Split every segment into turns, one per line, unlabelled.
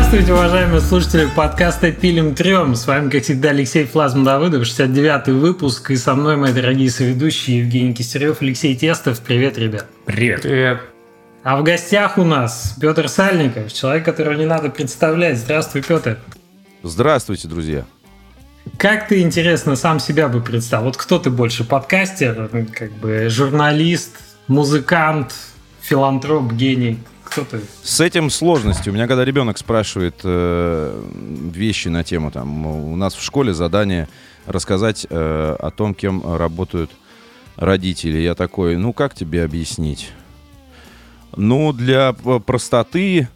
Здравствуйте, уважаемые слушатели подкаста «Пилим трем». С вами, как всегда, Алексей Флазм Давыдов, 69-й выпуск. И со мной мои дорогие соведущие Евгений Кистерев, Алексей Тестов. Привет, ребят.
Привет. Привет.
А в гостях у нас Петр Сальников, человек, которого не надо представлять. Здравствуй, Петр.
Здравствуйте, друзья.
Как ты, интересно, сам себя бы представил? Вот кто ты больше, подкастер, как бы журналист, музыкант, филантроп, гений? Кто ты?
С этим сложности. У меня, когда ребенок спрашивает вещи на тему, там, у нас в школе задание рассказать о том, кем работают родители. Я такой, как тебе объяснить? Для простоты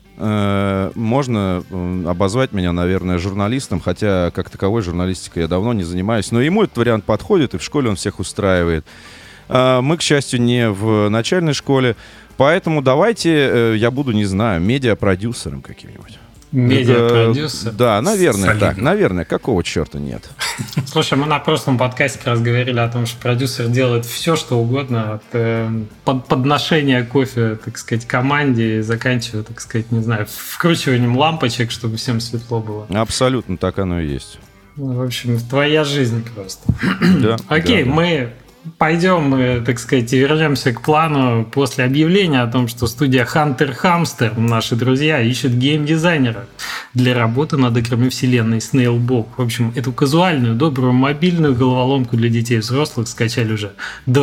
можно обозвать меня, наверное, журналистом, хотя как таковой журналистикой я давно не занимаюсь. Но ему этот вариант подходит, и в школе он всех устраивает. Мы, к счастью, не в начальной школе. Поэтому давайте я буду, не знаю, медиапродюсером каким-нибудь.
Медиапродюсер?
Да, наверное,
солидно.
так. Наверное, какого черта нет?
Слушай, мы на прошлом подкасте как раз говорили о том, что продюсер делает все, что угодно, от подношения кофе, так сказать, команде, заканчивая, так сказать, не знаю, вкручиванием лампочек, чтобы всем светло было.
Абсолютно так оно и есть.
В общем, твоя жизнь просто.
Да,
Окей,
да.
мы пойдем, так сказать, вернемся к плану после объявления о том, что студия Hunter Hamster, наши друзья, ищет геймдизайнера для работы над играми вселенной Snailbook. В общем, эту казуальную, добрую, мобильную головоломку для детей и взрослых скачали уже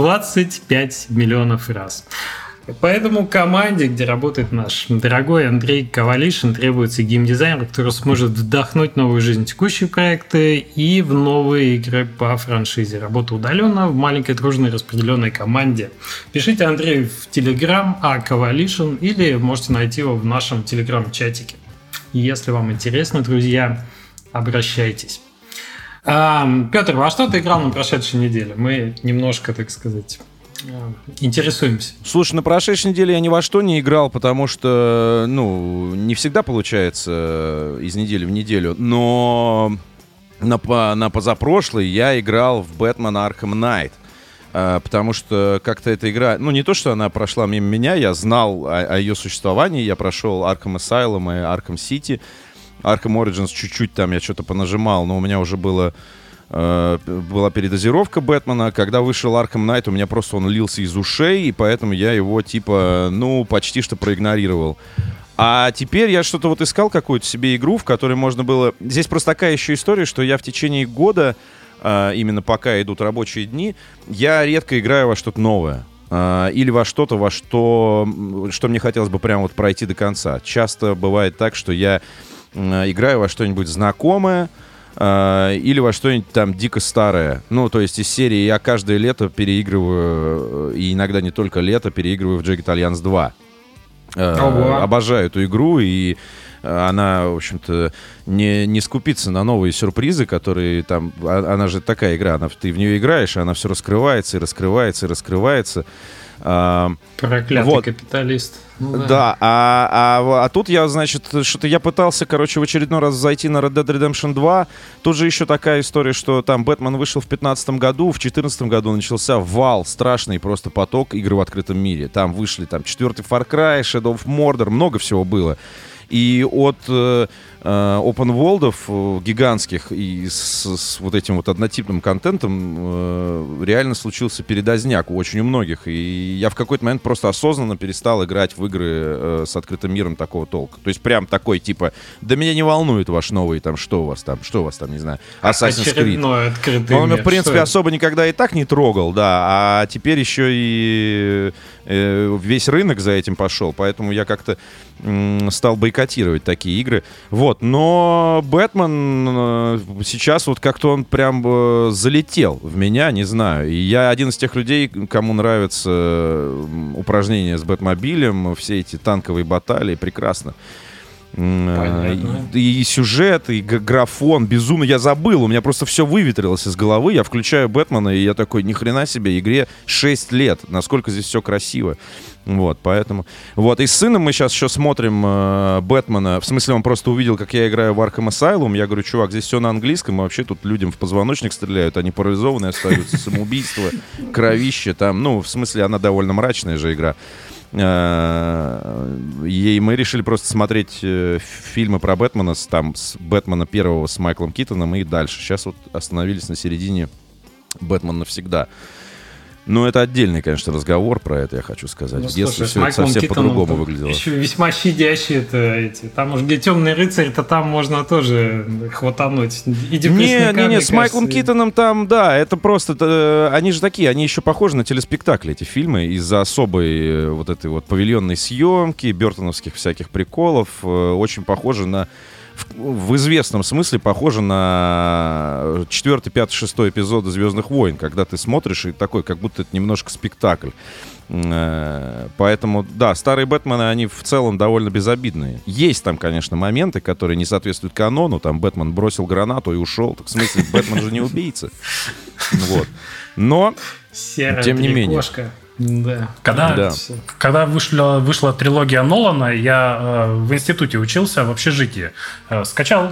25 миллионов раз. Поэтому команде, где работает наш дорогой Андрей Ковалишин, требуется геймдизайнер, который сможет вдохнуть новую жизнь в текущие проекты и в новые игры по франшизе. Работа удаленно в маленькой дружной распределенной команде. Пишите Андрею в Telegram Ковалишин или можете найти его в нашем Telegram-чатике. Если вам интересно, друзья, обращайтесь. Петр, во что ты играл на прошедшей неделе? Мы немножко, так сказать, интересуемся.
Слушай, на прошедшей неделе я ни во что не играл, потому что, не всегда получается из недели в неделю, но на позапрошлой я играл в Batman Arkham Knight, потому что как-то эта игра, не то, что она прошла мимо меня, я знал о ее существовании, я прошел Arkham Asylum и Arkham City, Arkham Origins чуть-чуть там я что-то понажимал, но у меня уже была передозировка Бэтмена. Когда вышел Arkham Knight, у меня просто он лился из ушей, и поэтому я его почти что проигнорировал. А теперь я что-то искал какую-то себе игру, в которой можно было... Здесь просто такая еще история, что я в течение года, именно пока идут рабочие дни, я редко играю во что-то новое. Или во что-то, что мне хотелось бы прямо пройти до конца. Часто бывает так, что я играю во что-нибудь знакомое, или во что-нибудь там дико старое. То есть из серии я каждое лето переигрываю, и иногда не только лето, переигрываю в Jagged Alliance 2. Обожаю эту игру, и она, в общем-то, не скупится на новые сюрпризы, которые там... Она же такая игра, ты в нее играешь, и она все раскрывается, и раскрывается, и раскрывается.
Проклятый капиталист.
Да, а тут я, что-то я пытался, в очередной раз зайти на Red Dead Redemption 2. Тут же еще такая история, что там Бэтмен вышел в 2015 году, в 2014 году начался вал, страшный просто поток игр в открытом мире. Там вышли 4-й Far Cry, Shadow of Mordor, много всего было. И от опенворлдов гигантских и с этим однотипным контентом реально случился передозняк очень у многих. И я в какой-то момент просто осознанно перестал играть в игры с открытым миром такого толка. То есть прям такой, да меня не волнует ваш новый, что у вас там, не знаю, Assassin's Creed.
Открытый
Он меня,
мир.
в принципе, особо никогда и так не трогал, да, а теперь еще и весь рынок за этим пошел, поэтому я как-то стал бойкотировать такие игры. Но Бэтмен сейчас как-то он прям залетел в меня, не знаю. И я один из тех людей, кому нравятся упражнения с Бэтмобилем, все эти танковые баталии, прекрасно. И сюжет, и графон, безумно. Я забыл, у меня просто все выветрилось из головы. Я включаю Бэтмена, и я такой, ни хрена себе, игре 6 лет. Насколько здесь все красиво. Поэтому... И с сыном мы сейчас еще смотрим Бэтмена. В смысле, он просто увидел, как я играю в Arkham Asylum. Я говорю, чувак, здесь все на английском, и вообще тут людям в позвоночник стреляют, они парализованные остаются, самоубийство, кровище там. В смысле, она довольно мрачная же игра. И мы решили просто смотреть фильмы про Бэтмена, с Бэтмена первого с Майклом Китоном и дальше. Сейчас вот остановились на середине «Бэтмен навсегда». Ну, это отдельный, конечно, разговор про это, я хочу сказать. В детстве все это совсем по-другому выглядело.
Еще весьма щадящие эти. Там уж где «Темный рыцарь», там можно тоже хватануть.
Не, с Майклом Китоном там, да, это просто... Они же такие, они еще похожи на телеспектакли, эти фильмы, из-за особой вот этой вот павильонной съемки, бёртоновских всяких приколов. Очень похожи на... В известном смысле похоже на 4, 5, 6 эпизоды «Звездных войн», когда ты смотришь и такой, как будто это немножко спектакль. Поэтому, да, старые Бэтмены, они в целом довольно безобидные. Есть там, конечно, моменты, которые не соответствуют канону. Там Бэтмен бросил гранату и ушел. Так в смысле, Бэтмен же не убийца. Вот. Но, тем не менее...
Да.
Когда вышла трилогия Нолана, я в институте учился в общежитии. Скачал,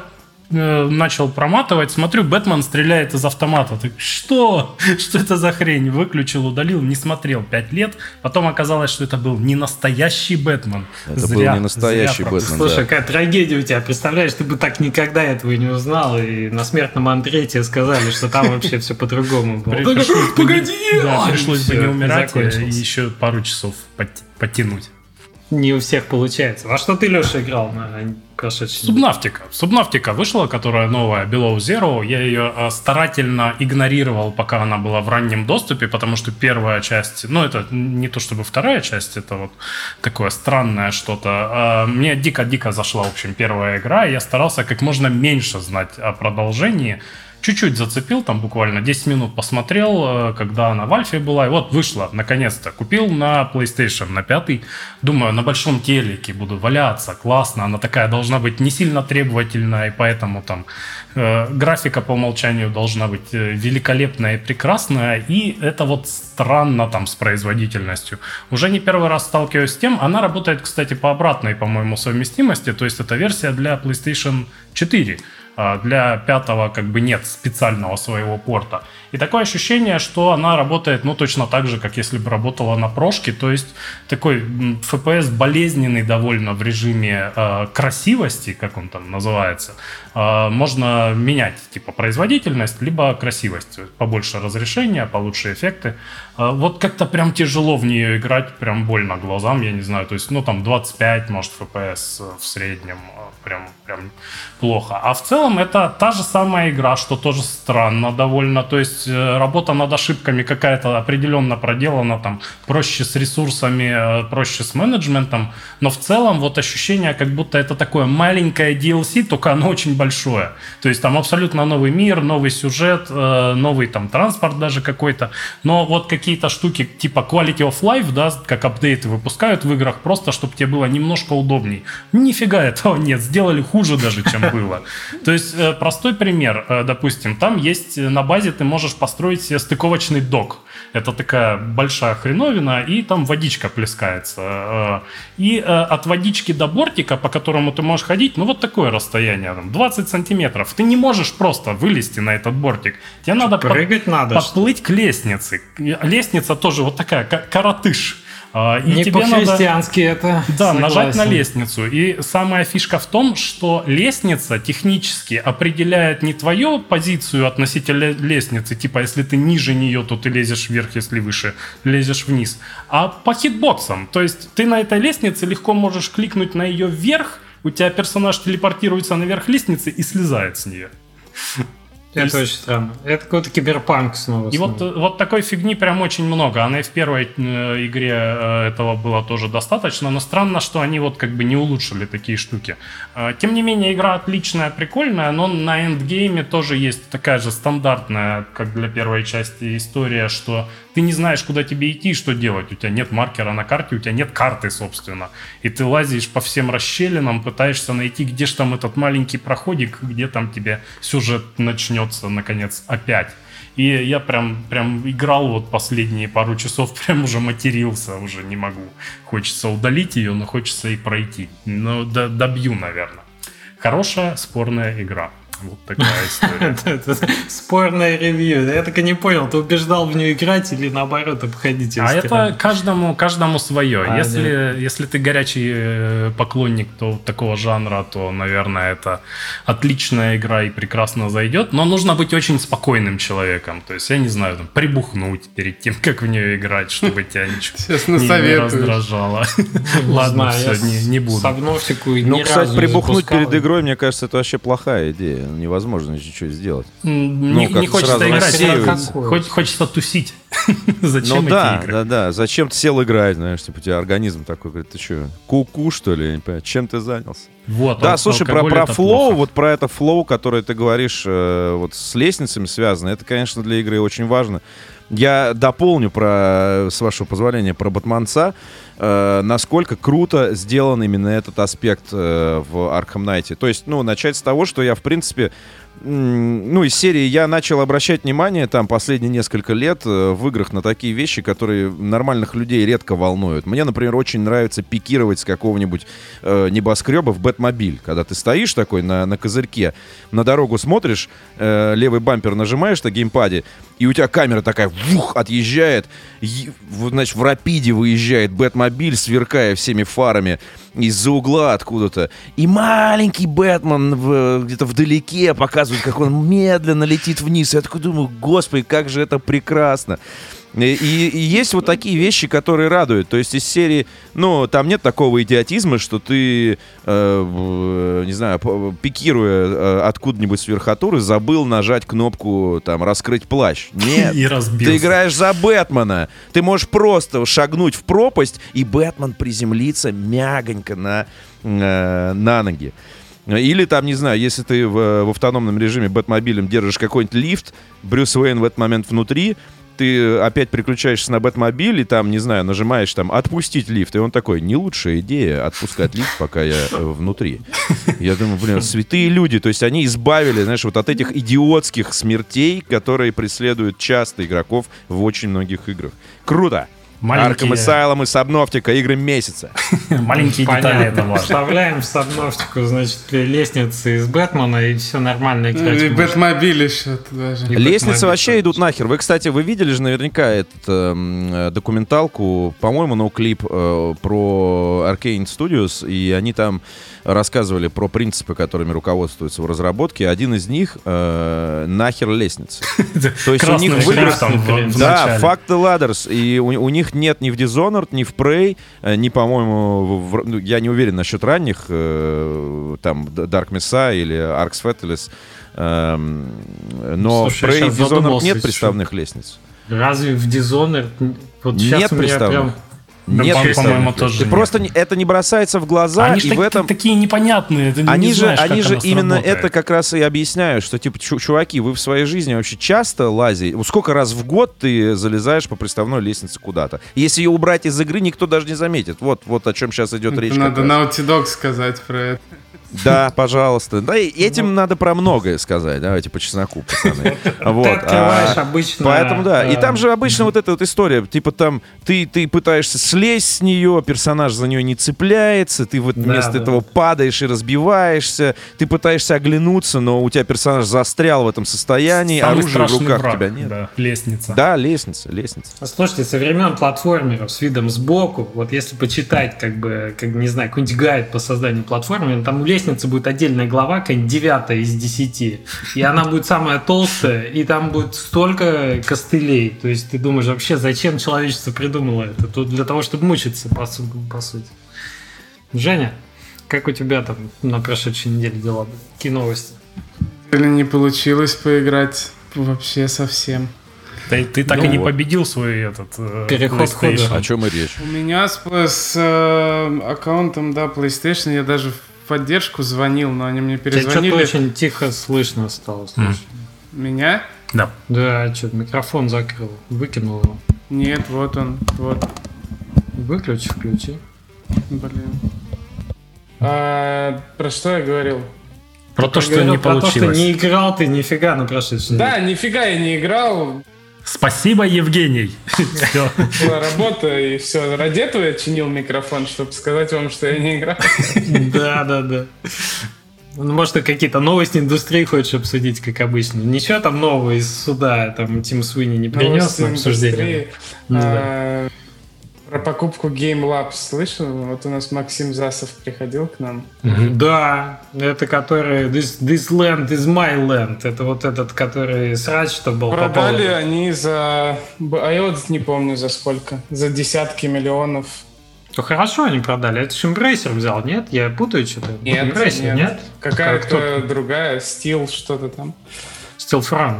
начал проматывать, смотрю, Бэтмен стреляет из автомата. Так, что? Что это за хрень? Выключил, удалил, не смотрел 5 лет. Потом оказалось, что это был не настоящий Бэтмен.
Это был не настоящий Бэтмен.
Слушай, какая трагедия у тебя. Представляешь, ты бы так никогда этого и не узнал. И на смертном Андре тебе сказали, что там вообще все по-другому было.
Погоди! Пришлось бы не умирать и еще пару часов потянуть.
Не у всех получается. А что ты, Леша, играл на прошедшем?
Субнавтика вышла, которая новая, Below Zero. Я ее старательно игнорировал, пока она была в раннем доступе, потому что первая часть, ну, это не то чтобы вторая часть, это вот такое странное что-то. Мне дико-дико зашла, в общем, первая игра, и я старался как можно меньше знать о продолжении. Чуть-чуть зацепил, там буквально 10 минут посмотрел, когда она в альфе была, и вот вышла, наконец-то. Купил на PlayStation, на 5. Думаю, на большом телеке буду валяться, классно. Она такая должна быть не сильно требовательная, и поэтому там графика по умолчанию должна быть великолепная и прекрасная. И это вот странно там с производительностью. Уже не первый раз сталкиваюсь с тем, она работает, кстати, по обратной, по-моему, совместимости, то есть это версия для PlayStation 4. Для 5 как бы нет специального своего порта. И такое ощущение, что она работает, ну, точно так же, как если бы работала на прошке. То есть такой FPS болезненный довольно в режиме красивости, как он там называется. Можно менять типа производительность, либо красивость. Побольше разрешения, получше эффекты. Вот как-то прям тяжело в нее играть, прям больно глазам, я не знаю. То есть, ну, там 25, может, FPS в среднем. Прям плохо. А в целом это та же самая игра, что тоже странно довольно. То есть работа над ошибками какая-то определенно проделана, там проще с ресурсами, проще с менеджментом. Но в целом вот ощущение, как будто это такое маленькое DLC, только оно очень большое. То есть там абсолютно новый мир, новый сюжет, новый там транспорт даже какой-то. Но вот какие-то штуки типа Quality of Life, да, как апдейты выпускают в играх, просто чтобы тебе было немножко удобней. Нифига этого нет, сделали хуже даже, чем было. То есть простой пример, допустим, там есть на базе, ты можешь построить себе стыковочный док. Это такая большая хреновина, и там водичка плескается. И от водички до бортика, по которому ты можешь ходить, ну вот такое расстояние, там, 20 сантиметров. Ты не можешь просто вылезти на этот бортик. Тебе надо подплыть к лестнице. Лестница тоже вот такая, коротыш. И
не
тебе
по-христиански
надо,
это.
Да, согласен. Нажать на лестницу. И самая фишка в том, что лестница технически определяет не твою позицию относительно лестницы, типа если ты ниже нее, то ты лезешь вверх, если выше, лезешь вниз, а по хитбоксам. То есть ты на этой лестнице легко можешь кликнуть на ее вверх, у тебя персонаж телепортируется наверх лестницы и слезает с нее.
Это очень странно. Это какой-то киберпанк снова.
И вот такой фигни прям очень много. Она и в первой игре этого было тоже достаточно, но странно, что они вот как бы не улучшили такие штуки. Тем не менее, игра отличная, прикольная, но на эндгейме тоже есть такая же стандартная, как для первой части, история, что ты не знаешь, куда тебе идти и что делать. У тебя нет маркера на карте, у тебя нет карты, собственно. И ты лазишь по всем расщелинам, пытаешься найти, где же там этот маленький проходик, где там тебе сюжет начнется, наконец, опять. И я прям играл вот последние пару часов, прям уже матерился, уже не могу. Хочется удалить ее, но хочется и пройти. Но добью, наверное. Хорошая, спорная игра. Вот такая история.
Спорное ревью. Я так и не понял, ты убеждал в нее играть или наоборот обходить?
А это каждому свое. Если ты горячий поклонник такого жанра, то, наверное, это отличная игра и прекрасно зайдет. Но нужно быть очень спокойным человеком. То есть, я не знаю, прибухнуть перед тем, как в нее играть, чтобы тебя ничего не раздражало. Ладно, все, не буду.
Ну, кстати, прибухнуть перед игрой, мне кажется, это вообще плохая идея. Невозможно ничего сделать.
Не хочется играть, хочется тусить. Зачем эти игры?
Да. Зачем ты сел играть, знаешь, типа у тебя организм такой, говорит, ты что, ку-ку, что ли? Я не понимаю, чем ты занялся?
Вот,
да, слушай, про флоу, вот про это флоу, которое ты говоришь, вот с лестницами связано, это, конечно, для игры очень важно. Я дополню, с вашего позволения, про Батманца, насколько круто сделан именно этот аспект в Arkham Knight. То есть, начать с того, что я, в принципе, из серии я начал обращать внимание там последние несколько лет в играх на такие вещи, которые нормальных людей редко волнуют. Мне, например, очень нравится пикировать с какого-нибудь небоскреба в Бэтмобиль. Когда ты стоишь такой на козырьке, на дорогу смотришь, левый бампер нажимаешь на геймпаде, и у тебя камера такая отъезжает, значит, в рапиде выезжает Бэтмобиль, сверкая всеми фарами из-за угла откуда-то. И маленький Бэтмен где-то вдалеке показывает, как он медленно летит вниз. Я такой думаю, господи, как же это прекрасно. И есть вот такие вещи, которые радуют. То есть из серии, там нет такого идиотизма, что ты, не знаю, пикируя откуда-нибудь с верхотуры, забыл нажать кнопку, там, раскрыть плащ. Нет,
и разбился.
Ты играешь за Бэтмена. Ты можешь просто шагнуть в пропасть, и Бэтмен приземлится мягонько на ноги. Или там, не знаю, если ты в автономном режиме Бэтмобилем держишь какой-нибудь лифт, Брюс Уэйн в этот момент внутри, ты опять переключаешься на Бэтмобиль и там, не знаю, нажимаешь там «отпустить лифт», и он такой: не лучшая идея отпускать лифт, пока я внутри. Я думаю, святые люди, то есть они избавили, знаешь, вот от этих идиотских смертей, которые преследуют часто игроков в очень многих играх. Круто! Arkham Asylum и Subnautica, игры месяца.
Маленькие детали, это важно.
Вставляем в Subnautica, значит, лестницы из Бэтмена, и все нормально играть.
И Бэтмобиль еще туда же.
Лестницы вообще идут нахер. Вы, кстати, видели же наверняка эту документалку, по-моему, клип про Arcane Studios, и они там рассказывали про принципы, которыми руководствуются в разработке. Один из них нахер лестницы. То есть у них в играх, да, Fuck the Ladders, и у них нет ни в Dishonored, ни в Prey, ни, по-моему, я не уверен насчет ранних, там, Dark Messiah или Arx Fatalis, но в Prey и Dishonored нет приставных лестниц.
Разве в Dishonored? Вот
нет приставных. Нет,
по-моему, тоже нет.
Просто это не бросается в глаза.
Они
и в этом
такие непонятные. Ты
они
не знаешь,
они же именно
сработает.
Это как раз и объясняют, что типа, чуваки, вы в своей жизни вообще часто лазите. Вот сколько раз в год ты залезаешь по приставной лестнице куда-то? Если ее убрать из игры, никто даже не заметит. Вот о чем сейчас идет речь.
Надо Naughty Dog сказать про это.
Да, пожалуйста. Да, и этим надо про многое сказать. Давайте по чесноку, пацаны. Вот.
Ты открываешь обычно...
Поэтому, да. И там же обычно вот эта вот история. Типа там ты пытаешься слезть с нее, персонаж за нее не цепляется, ты вот вместо этого падаешь и разбиваешься, ты пытаешься оглянуться, но у тебя персонаж застрял в этом состоянии, оружия в руках у тебя нет.
Да, лестница.
Да, лестница.
Слушайте, со времен платформеров с видом сбоку, вот если почитать, как не знаю, какой-нибудь гайд по созданию платформера, там у лестницы будет отдельная глава, какая-нибудь 9 из 10. И она будет самая толстая, и там будет столько костылей. То есть ты думаешь, вообще, зачем человечество придумало это? Тут для того, чтобы мучиться, по сути. Женя, как у тебя там на прошедшей неделе дела? Какие новости?
Не получилось поиграть вообще совсем.
Ты так и не победил свой этот
переход хода.
О чем и речь?
У меня с аккаунтом, да, PlayStation, я даже в поддержку звонил, но они мне перезвонили.
Тебя что-то очень тихо слышно стало.
Меня?
Да.
Да, что-то микрофон закрыл, выкинул его.
Нет, вот он, вот.
Выключи, включи.
Блин. Про что я говорил?
Про то, что не получилось.
Про то, что не играл ты нифига на прошедшей.
Да, нифига я не играл.
Спасибо, Евгений. Все.
Была работа, и все. Ради этого я чинил микрофон, чтобы сказать вам, что я не играл.
Да. Ну, может, ты какие-то новости индустрии хочешь обсудить, как обычно. Ничего там нового из суда там Тим Суини не принес на обсуждение?
Про покупку Game Labs слышал? Вот у нас Максим Засов приходил к нам.
Да, это который This land is my land. Это вот этот, который срач, что был.
Продали они за... А я вот не помню за сколько. За десятки миллионов.
То хорошо они продали. Это же Embracer взял, нет? Я путаю что-то.
Нет,
Embracer, нет?
Какая-то другая. Steel что-то там.
Steelfront,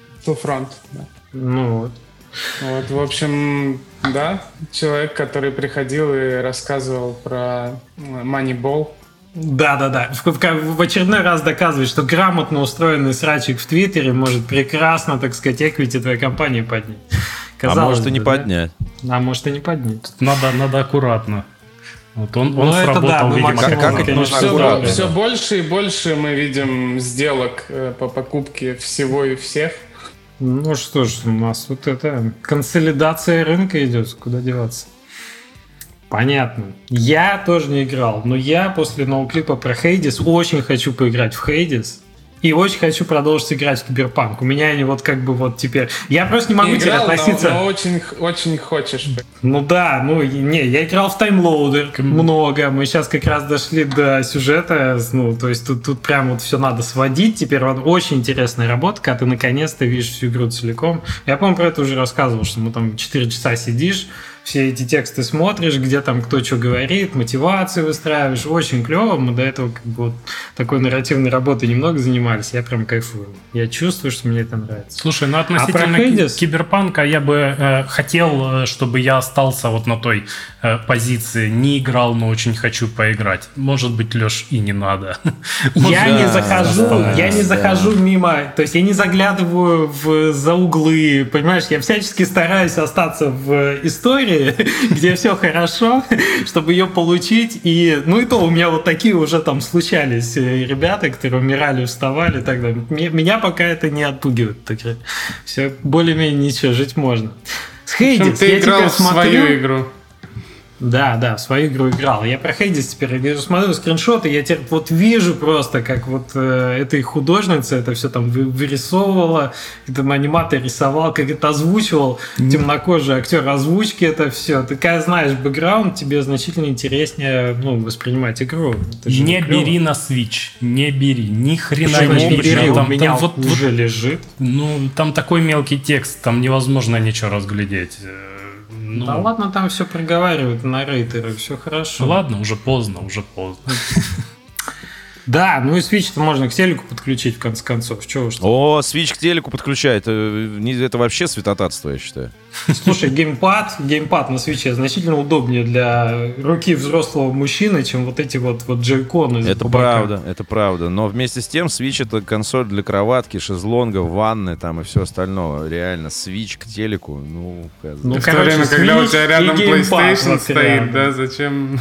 да.
Ну вот.
Вот, в общем, да, человек, который приходил и рассказывал про Moneyball.
Да. В очередной раз доказывает, что грамотно устроенный срачик в Твиттере может прекрасно, так сказать, эквити твоей компании поднять.
Казалось, может и не поднять.
А может и не поднять.
Надо аккуратно. Вот он
да,
сработал, видимо,
как это нужно аккуратно.
Все больше и больше мы видим сделок по покупке всего и всех.
Ну что ж, у нас вот это консолидация рынка идет, куда деваться. Понятно. Я тоже не играл, но я после нового клипа про Hades очень хочу поиграть в Hades. И очень хочу продолжить играть в Киберпанк. У меня они вот как бы вот теперь... Я просто не могу теперь относиться...
Но очень, очень хочешь.
Ну да, я играл в таймлоудер много. Мы сейчас как раз дошли до сюжета. Ну, то есть тут прям вот все надо сводить. Теперь вот очень интересная работа, когда ты наконец-то видишь всю игру целиком. Я, по-моему, про это уже рассказывал, что мы там 4 часа сидишь, все эти тексты смотришь, где там кто что говорит, мотивацию выстраиваешь. Очень клево. Мы до этого как бы вот такой нарративной работой немного занимались. Я прям кайфую. Я чувствую, что мне это нравится.
Слушай, ну относительно Киберпанка я бы хотел, чтобы я остался вот на той позиции. Не играл, но очень хочу поиграть. Может быть, Леш, и не надо.
Я не захожу мимо, то есть я не заглядываю за углы, понимаешь? Я всячески стараюсь остаться в истории, где все хорошо, чтобы ее получить. И то у меня вот такие уже там случались ребята, которые умирали, вставали и так далее. Меня пока это не отпугивает. Так все более-менее ничего, жить можно. С Hades
ты играл в свою игру.
Да, в свою игру играл. Я про Hades теперь смотрю скриншоты, я теперь вот вижу просто, как вот этой художница это все там вырисовывала, там аниматор рисовал, как это озвучивал, темнокожий актер озвучки, это все. Ты когда знаешь бэкграунд, тебе значительно интереснее воспринимать игру.
Не бери на Switch, не бери, ни хрена
не бери.
Там,
у меня
там вот
уже лежит.
Там такой мелкий текст, там невозможно ничего разглядеть.
Да ладно, там все проговаривают на рейтеры, все хорошо.
Ладно, уже поздно.
Да, и Switch-то можно к телеку подключить, в конце концов. Чего уж.
О, Switch к телеку подключает. Это вообще святотатство, я считаю.
Слушай, геймпад на Switch значительно удобнее для руки взрослого мужчины, чем вот эти вот джойконы.
Это правда. Но вместе с тем Switch — это консоль для кроватки, шезлонгов, ванны там и все остальное. Реально, Switch к телеку,
в то время, когда у тебя рядом PlayStation стоит, да, зачем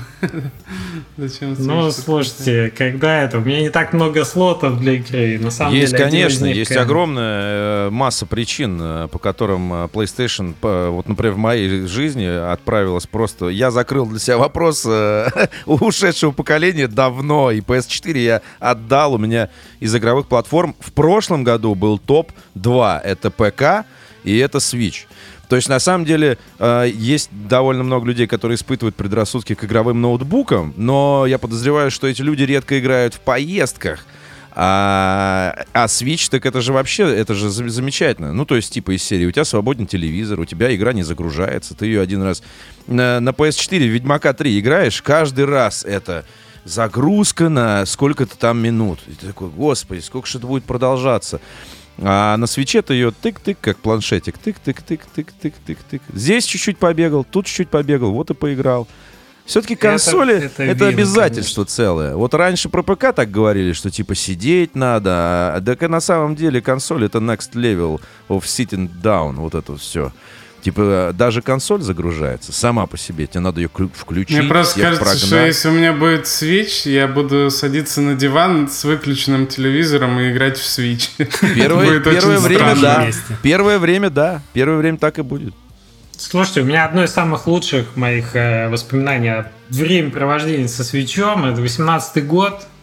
Switch? Слушайте, когда это? У меня не так много слотов для игры. На самом
есть,
деле,
конечно, есть огромная масса причин, по которым PlayStation, вот, например, в моей жизни отправилась просто... Я закрыл для себя вопрос ушедшего поколения давно, и PS4 я отдал. У меня из игровых платформ в прошлом году был топ-2. Это ПК и это Switch. То есть, на самом деле, есть довольно много людей, которые испытывают предрассудки к игровым ноутбукам, но я подозреваю, что эти люди редко играют в поездках. А Switch, так это же вообще, это же замечательно. То есть, типа из серии, у тебя свободен телевизор, у тебя игра не загружается, ты ее один раз... На PS4 Ведьмака 3 играешь, каждый раз это загрузка на сколько-то там минут. И ты такой, господи, сколько же это будет продолжаться. А на свитче ты ее тык-тык, как планшетик. Тык-тык-тык-тык-тык-тык-тык. Здесь чуть-чуть побегал, тут чуть-чуть побегал, вот и поиграл. Все-таки консоли это обязательство, конечно, целое. Вот раньше про ПК так говорили, что типа сидеть надо. Так и на самом деле консоль — это next level of sitting down. Вот это все. Типа даже консоль загружается сама по себе. Тебе надо ее включить.
Мне просто кажется, что если у меня будет Switch, я буду садиться на диван с выключенным телевизором и играть в Switch.
Первое время, да. Первое время так и будет.
Слушайте, у меня одно из самых лучших моих воспоминаний о времяпровождении со Switch'ом — это 18-й год.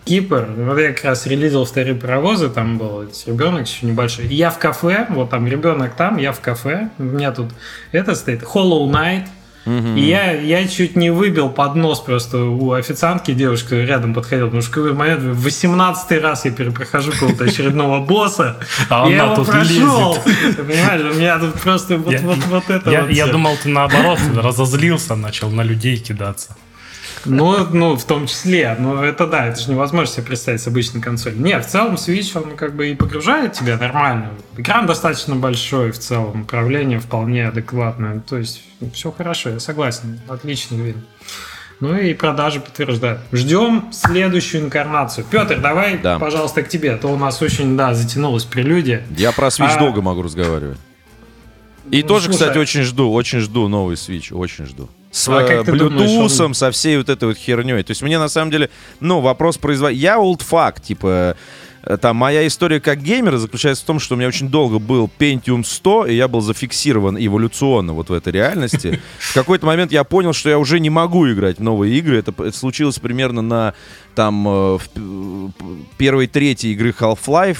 Кипр. Вот я как раз релизил вторые паровозы, там был ребенок еще небольшой. Я в кафе, вот там ребенок там, я в кафе. У меня тут это стоит, Hollow Knight. И я чуть не выбил поднос просто у официантки, девушка рядом подходила, потому что в момент 18-й раз я перепрохожу какого-то очередного босса,
а
я его прошел.
лезет.
Ты понимаешь, у меня тут просто вот это вот.
Я думал, ты наоборот разозлился, начал на людей кидаться.
Ну, в том числе. Но это да, это же невозможно себе представить с обычной консолью. Нет, в целом Switch, он как бы и погружает тебя нормально. Экран достаточно большой в целом, управление вполне адекватное. То есть все хорошо, я согласен. Отличный вид. Ну и продажи подтверждают. Ждем следующую инкарнацию. Петр, давай, пожалуйста, к тебе. А то у нас очень, затянулась прелюдия.
Я про Switch долго могу разговаривать. И тоже, кстати, очень жду новый Switch, очень жду. С Bluetooth, со всей вот этой вот херней. То есть мне на самом деле, вопрос производителя. Я олдфак, типа, там моя история как геймера заключается в том, что у меня очень долго был Pentium 100, и я был зафиксирован эволюционно вот в этой реальности. В какой-то момент я понял, что я уже не могу играть в новые игры. Это случилось примерно на там первой трети игры Half-Life.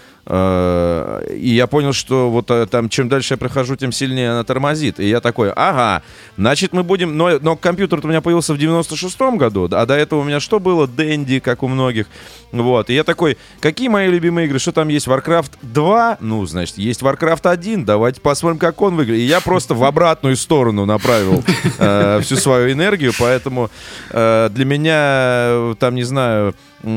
И я понял, что вот там чем дальше я прохожу, тем сильнее она тормозит. И я такой, значит мы будем... Но компьютер у меня появился в 96-м году, а до этого у меня что было? Dendy, как у многих. Вот. И я такой, какие мои любимые игры? Что там есть? Warcraft 2? Ну, значит, есть Warcraft 1. Давайте посмотрим, как он выглядит. И я просто в обратную сторону направил всю свою энергию. Поэтому для меня, там, не знаю...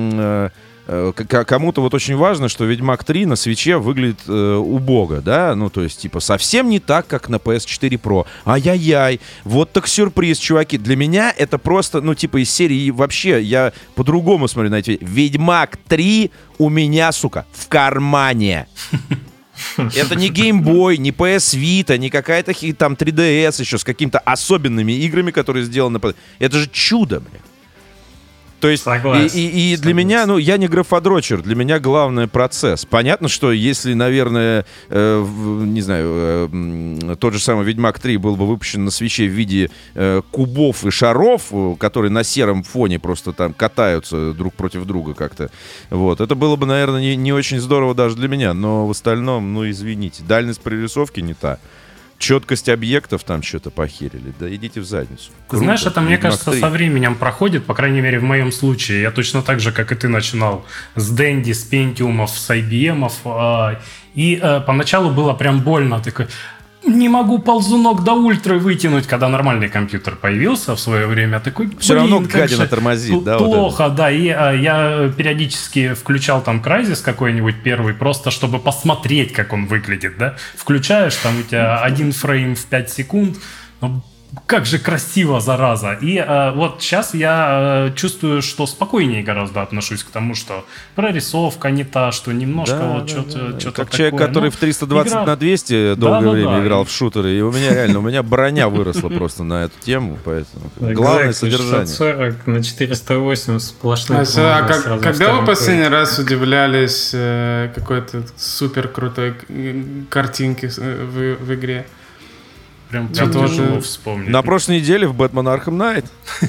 Кому-то вот очень важно, что Ведьмак 3 на свитче выглядит убого, да, ну, то есть, типа, совсем не так, как на PS4 Pro. Ай-яй-яй, вот так сюрприз, чуваки. Для меня это просто, из серии вообще, я по-другому смотрю на эти... Ведьмак 3 у меня, сука, в кармане. Это не Game Boy, не PS Vita, не какая-то там 3DS еще с какими-то особенными играми, которые сделаны... Это же чудо, блин. То есть, и для меня, я не графодрочер, для меня главный процесс. Понятно, что если, наверное, не знаю, тот же самый Ведьмак 3 был бы выпущен на свитче в виде кубов и шаров, которые на сером фоне просто там катаются друг против друга как-то, вот, это было бы, наверное, не очень здорово даже для меня, но в остальном, извините, дальность прорисовки не та. Четкость объектов там что-то похерили. Да идите в задницу.
Ты знаешь, это, мне кажется, со временем проходит, по крайней мере, в моем случае. Я точно так же, как и ты, начинал с Dendy, с Pentium'ов, с IBM'ов. И поначалу было прям больно. Такой, не могу ползунок до ультры вытянуть, когда нормальный компьютер появился в свое время. Такой,
все равно гадина тормозит, да?
Плохо, вот да. И я периодически включал там Crysis какой-нибудь первый, просто чтобы посмотреть, как он выглядит, да. Включаешь, там у тебя 1 фрейм в 5 секунд. Как же красиво, зараза. И вот сейчас я чувствую, что спокойнее гораздо отношусь к тому, что прорисовка не та, что немножко что-то
как
такое.
Человек, который в 320 на 200 долгое время играл в шутеры, и у меня броня выросла просто на эту тему, поэтому главное содержание.
640 на 408 сплошной.
Когда вы последний раз удивлялись какой-то супер крутой картинке в игре?
Прям тяжело вспомнить.
На прошлой неделе в Batman Arkham Knight.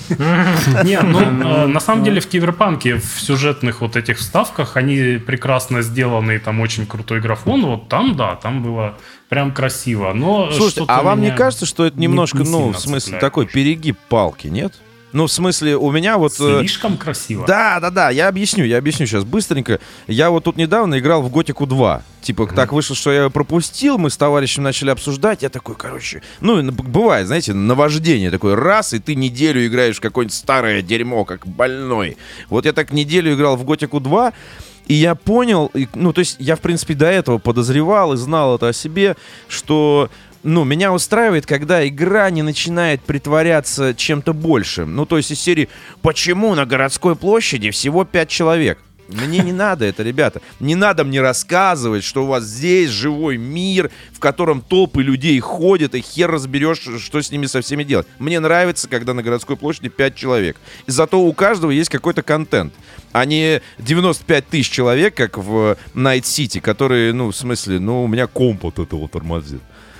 Не, на самом деле в Киберпанке, в сюжетных вот этих вставках, они прекрасно сделаны, там очень крутой графон, вот там, да, там было прям красиво. Но
слушайте, а вам не кажется, что это немножко, в смысле, такой перегиб палки, нет? В смысле, у меня вот...
Слишком красиво.
Да, я объясню сейчас быстренько. Я вот тут недавно играл в Готику 2. Типа, так вышло, что я ее пропустил, мы с товарищем начали обсуждать, я такой, бывает, знаете, наваждение такое, раз, и ты неделю играешь в какое-нибудь старое дерьмо, как больной. Вот я так неделю играл в Готику 2, и я понял, то есть я, в принципе, до этого подозревал и знал это о себе, что... меня устраивает, когда игра не начинает притворяться чем-то большим. То есть из серии «Почему на городской площади всего 5 человек?» Мне не надо это, ребята. Не надо мне рассказывать, что у вас здесь живой мир, в котором толпы людей ходят, и хер разберешь, что с ними со всеми делать. Мне нравится, когда на городской площади 5 человек. И зато у каждого есть какой-то контент. А не 95 тысяч человек, как в Night City, которые, у меня комп от этого тормозит.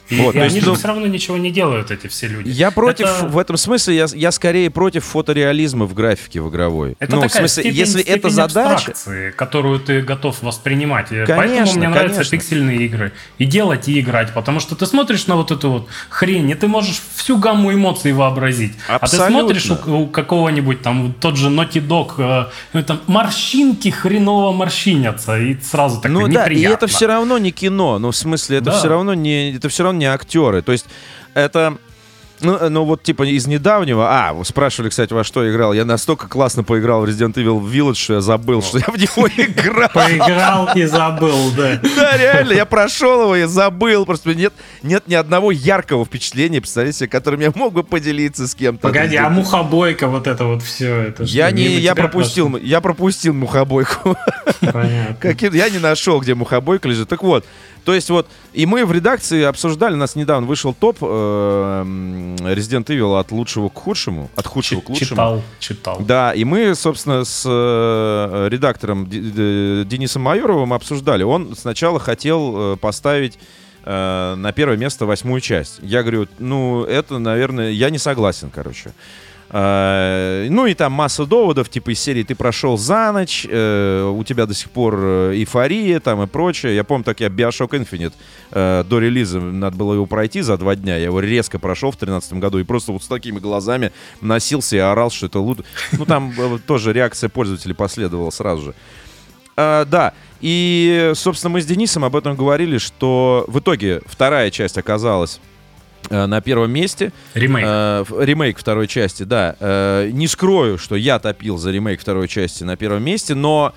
И они же все равно ничего не делают, эти все люди.
Я против, в этом смысле, я скорее против фотореализма в графике в игровой.
Это такая в смысле,
если это задача,
которую ты готов воспринимать.
Конечно,
поэтому мне нравятся пиксельные игры. И делать, и играть. Потому что ты смотришь на вот эту вот хрень, и ты можешь всю гамму эмоций вообразить.
Абсолютно.
А ты смотришь у какого-нибудь там, тот же Naughty Dog, там морщинки хреново морщинятся, и сразу так неприятно.
Да, и это все равно не кино. В смысле, это все равно не актеры. То есть это... Ну, вот, типа, из недавнего... Вы спрашивали, кстати, во что играл. Я настолько классно поиграл в Resident Evil Village, что я забыл, что я в него играл.
Поиграл и забыл, да.
Да, реально, я прошел его и забыл. Просто нет ни одного яркого впечатления, представляете себе, которым я мог бы поделиться с кем-то.
Погоди, а мухобойка, вот это вот все, это
я пропустил мухобойку.
Понятно.
Я не нашел, где мухобойка лежит. Так вот, то есть вот, и мы в редакции обсуждали, у нас недавно вышел топ Resident Evil от лучшего к худшему, от худшего к лучшему.
Читал.
Да, и мы, собственно, с редактором Денисом Майоровым обсуждали. Он сначала хотел поставить на первое место 8-ю часть. Я говорю, это, наверное, я не согласен, короче. И там масса доводов, типа из серии «Ты прошел за ночь», у тебя до сих пор эйфория там и прочее. Я помню, так я Bioshock Infinite до релиза, надо было его пройти за 2 дня. Я его резко прошел в 2013 году и просто вот с такими глазами носился и орал, что это лут. Там тоже реакция пользователей последовала сразу же. Да, и, собственно, мы с Денисом об этом говорили, что в итоге 2-я часть оказалась на первом месте. Ремейк 2-й части, да. Не скрою, что я топил за ремейк 2-й части на первом месте, но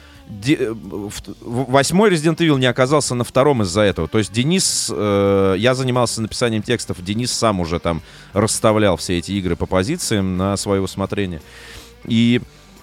8-й Resident Evil не оказался на 2-м из-за этого. То есть Денис... я занимался написанием текстов, Денис сам уже там расставлял все эти игры по позициям на свое усмотрение. И...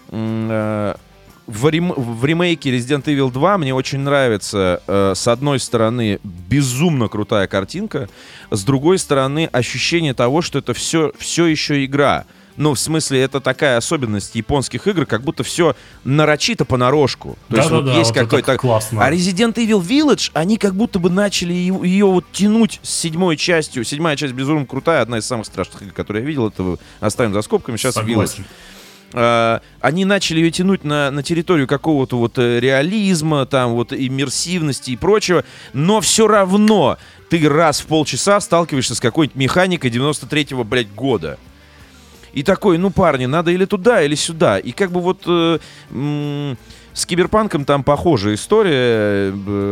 В ремейке Resident Evil 2 мне очень нравится, с одной стороны, безумно крутая картинка, с другой стороны, ощущение того, что это все еще игра. В смысле, это такая особенность японских игр, как будто все нарочито понарошку. То есть вот есть какой-то... А Resident Evil Village, они как будто бы начали ее вот тянуть с 7-й частью. 7-я часть безумно крутая, одна из самых страшных игр, которые я видел. Это оставим за скобками. Сейчас Village. Они начали ее тянуть на территорию какого-то вот реализма, там вот иммерсивности и прочего, но все равно ты раз в полчаса сталкиваешься с какой-нибудь механикой 93-го, года. И такой, парни, надо или туда, или сюда. И как бы вот с Киберпанком там похожая история.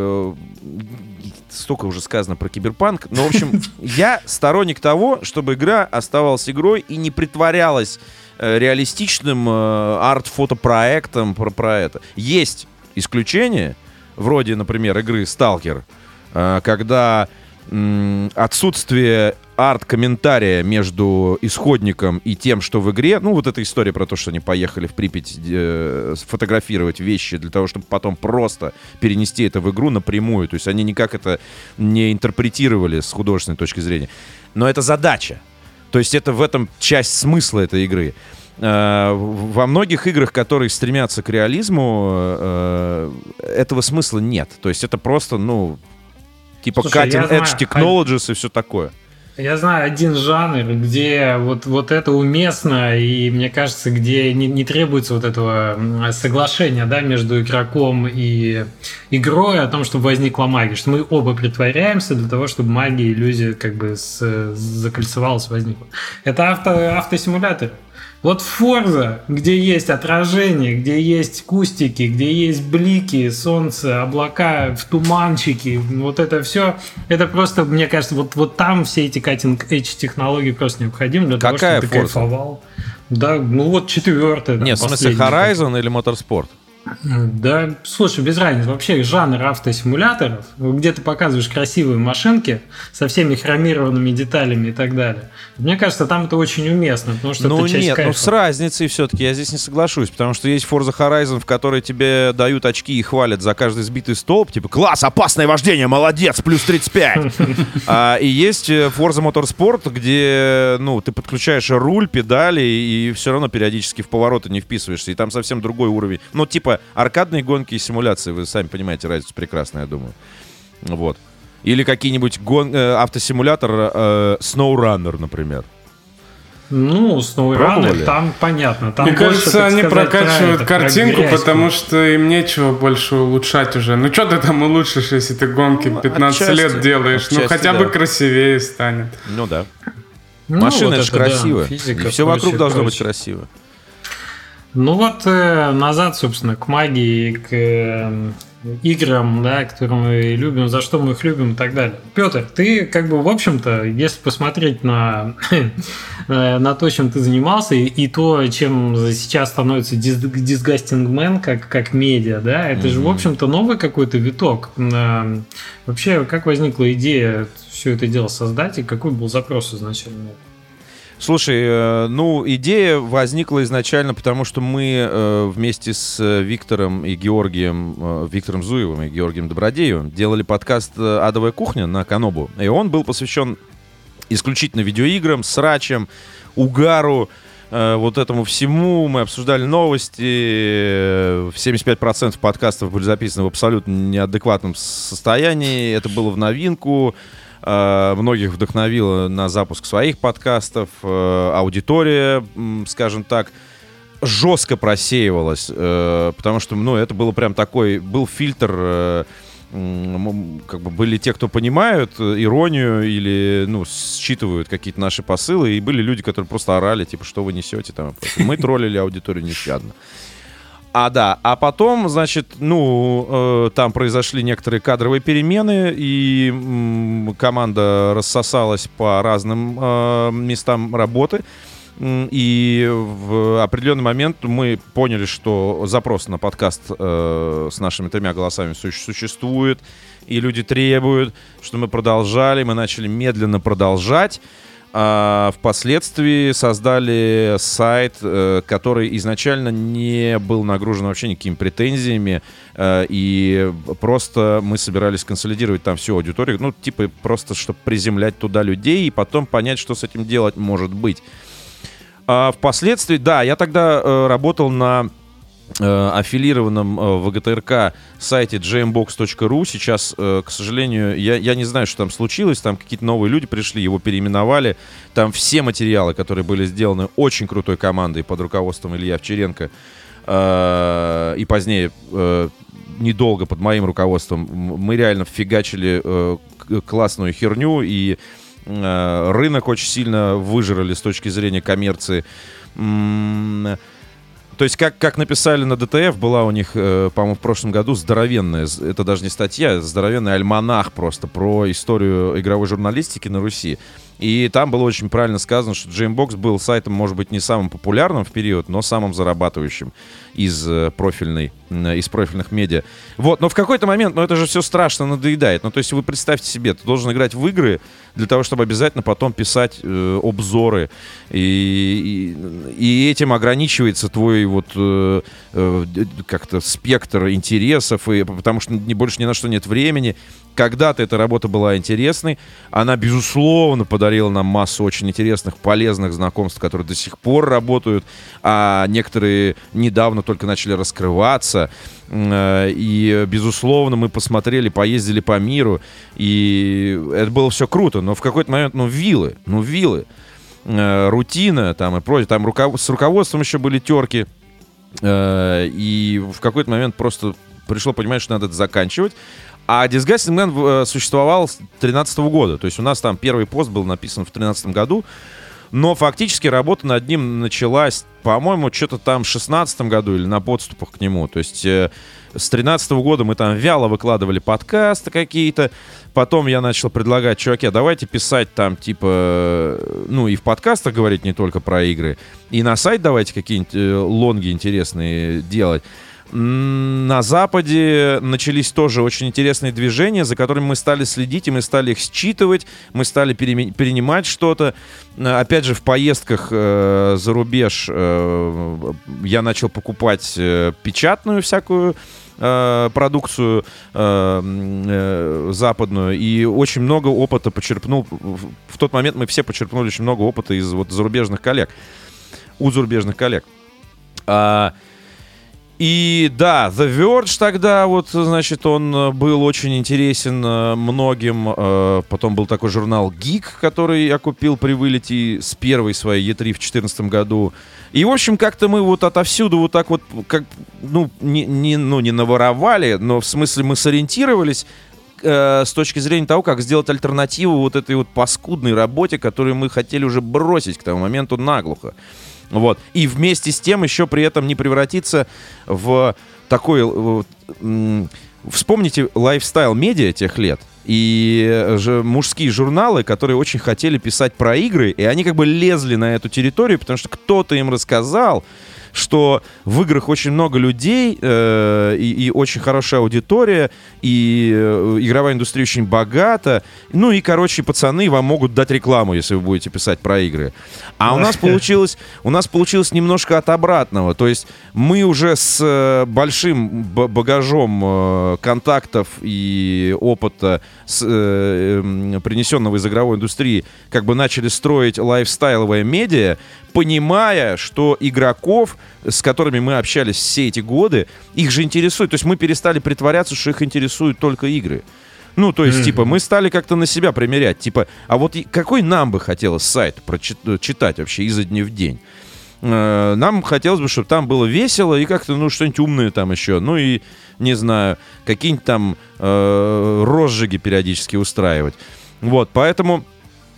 Столько уже сказано про Киберпанк. Но, в общем, я сторонник того, чтобы игра оставалась игрой и не притворялась реалистичным арт-фотопроектом про это. Есть исключения, вроде, например, игры «Сталкер», когда отсутствие арт-комментария между исходником и тем, что в игре, вот эта история про то, что они поехали в Припять фотографировать вещи для того, чтобы потом просто перенести это в игру напрямую. То есть они никак это не интерпретировали с художественной точки зрения. Но это задача. То есть это в этом часть смысла этой игры. Во многих играх, которые стремятся к реализму, этого смысла нет. То есть это просто, типа cutting edge technologies и все такое.
Я знаю один жанр, где вот это уместно, и мне кажется, где не требуется вот этого соглашения, да, между игроком и игрой о том, чтобы возникла магия, что мы оба притворяемся для того, чтобы магия, иллюзия как бы закольцевалась, возникла. Это автосимулятор. Вот Forza, где есть отражение, где есть кустики, где есть блики, солнце, облака, в туманчики, вот это все, это просто, мне кажется, вот там все эти cutting-edge технологии просто необходимы для того, чтобы ты кайфовал. Да, 4-я.
Нет, в смысле Horizon или Motorsport?
Да, слушай, без разницы. Вообще жанр автосимуляторов, где ты показываешь красивые машинки со всеми хромированными деталями и так далее. Мне кажется, там это очень уместно, потому что это часть кайфа.
С разницей все-таки я здесь не соглашусь, потому что есть Forza Horizon, в которой тебе дают очки и хвалят за каждый сбитый столб, типа «Класс, опасное вождение, молодец, плюс 35!» И есть Forza Motorsport, где ты подключаешь руль, педали, и все равно периодически в повороты не вписываешься, и там совсем другой уровень. Аркадные гонки и симуляции, вы сами понимаете разницу прекрасно, я думаю. Вот. Или какие-нибудь автосимулятор SnowRunner, например.
Ну, SnowRunner, там понятно. Там
мне
больше,
кажется, они прокачивают картинку,
грязь,
потому что им нечего больше улучшать уже. Ну, что ты там улучшишь, если ты гонки 15 лет делаешь? Ну, хотя бы красивее станет.
Ну, да.
Ну,
Машина,
вот
это же красиво.
Физика,
и все вокруг должно быть красиво.
Ну вот назад, собственно, к магии, к играм, да, которые мы любим, за что мы их любим и так далее. Петр, ты как бы, в общем-то, если посмотреть на то, чем ты занимался, и то, чем сейчас становится Disgusting Man, как медиа, да, это же, в общем-то, новый какой-то виток. Вообще, как возникла идея все это дело создать, и какой был запрос изначально?
Слушай, ну, идея возникла изначально, потому что мы вместе с Виктором Зуевым и Георгием Добродеевым делали подкаст «Адовая кухня» на Канобу. И он был посвящен исключительно видеоиграм, срачам, угару, вот этому всему. Мы обсуждали новости. 75% подкастов были записаны в абсолютно неадекватном состоянии. Это было в новинку. Многих вдохновило на запуск своих подкастов. Аудитория, скажем так, жестко просеивалась, потому что, ну, это было прям такой, был фильтр, как бы были те, кто понимают иронию или, ну, считывают какие-то наши посылы, и были люди, которые просто орали, типа, что вы несете там. Мы троллили аудиторию нещадно. А потом, значит, ну, там произошли некоторые кадровые перемены, и команда рассосалась по разным местам работы. И в определенный момент мы поняли, что запрос на подкаст с нашими 3 голосами существует, и люди требуют, что мы продолжали, мы начали медленно продолжать. Впоследствии создали сайт, который изначально не был нагружен вообще никакими претензиями, и просто мы собирались консолидировать там всю аудиторию, ну, типа просто, чтобы приземлять туда людей и потом понять, что с этим делать может быть. Впоследствии, да, я тогда работал на аффилированном ВГТРК сайте gmbox.ru. Сейчас, к сожалению, я не знаю, что там случилось. Там какие-то новые люди пришли, его переименовали. Там все материалы, которые были сделаны очень крутой командой под руководством Ильи Овчаренко, и позднее, недолго под моим руководством, мы реально фигачили классную херню, и рынок очень сильно выжрали с точки зрения коммерции. То есть, как написали на ДТФ, была у них, по-моему, в прошлом году здоровенная, это даже не статья, здоровенный альманах просто про историю игровой журналистики на Руси. И там было очень правильно сказано, что GameBox был сайтом, может быть, не самым популярным в период, но самым зарабатывающим из профильных медиа. Вот, но в какой-то момент, это же все страшно надоедает. Ну, то есть вы представьте себе, ты должен играть в игры для того, чтобы обязательно потом писать обзоры. И этим ограничивается твой вот как-то спектр интересов, и, потому что больше ни на что нет времени. Когда-то эта работа была интересной. Она, безусловно, подарила нам массу очень интересных, полезных знакомств, которые до сих пор работают, а некоторые недавно только начали раскрываться. И, безусловно, мы посмотрели, поездили по миру, и это было все круто. Но в какой-то момент, вилы, рутина там и прочее. Там с руководством еще были терки. И в какой-то момент просто пришло понимание, что надо это заканчивать. А Disgusting Man существовал с 2013 года. То есть у нас там первый пост был написан в 2013 году. Но фактически работа над ним началась, по-моему, что-то там в 2016 году или на подступах к нему. То есть с 2013 года мы там вяло выкладывали подкасты какие-то. Потом я начал предлагать: чуваки, давайте писать там типа, и в подкастах говорить не только про игры. И на сайт давайте какие-нибудь лонги интересные делать. На Западе начались тоже очень интересные движения, за которыми мы стали следить, и мы стали их считывать, мы стали перенимать что-то. Опять же, в поездках за рубеж я начал покупать печатную всякую продукцию западную, и очень много опыта почерпнул. В тот момент мы все почерпнули очень много опыта из зарубежных коллег, у зарубежных коллег. И да, The Verge тогда, вот, значит, он был очень интересен многим. Потом был такой журнал Geek, который я купил при вылете с первой своей E3 в 2014 году. И, в общем, как-то мы вот отовсюду вот так вот, как, не наворовали, но в смысле мы сориентировались с точки зрения того, как сделать альтернативу вот этой вот паскудной работе, которую мы хотели уже бросить к тому моменту наглухо. Вот. И вместе с тем еще при этом не превратиться в такой... Вспомните лайфстайл-медиа тех лет и же мужские журналы, которые очень хотели писать про игры, и они как бы лезли на эту территорию, потому что кто-то им рассказал, что в играх очень много людей и очень хорошая аудитория, и игровая индустрия очень богата. Ну и, короче, пацаны вам могут дать рекламу, если вы будете писать про игры. А у нас получилось немножко от обратного. То есть мы уже с большим багажом контактов и опыта, принесенного из игровой индустрии, как бы начали строить лайфстайловое медиа, понимая, что игроков, с которыми мы общались все эти годы, их же интересует. То есть мы перестали притворяться, что их интересуют только игры. Ну, то есть, типа, мы стали как-то на себя примерять. Типа, а вот какой нам бы хотелось сайт читать вообще изо дня в день? Нам хотелось бы, чтобы там было весело и как-то, что-нибудь умное там еще. Ну и, не знаю, какие-нибудь там розжиги периодически устраивать. Вот, поэтому...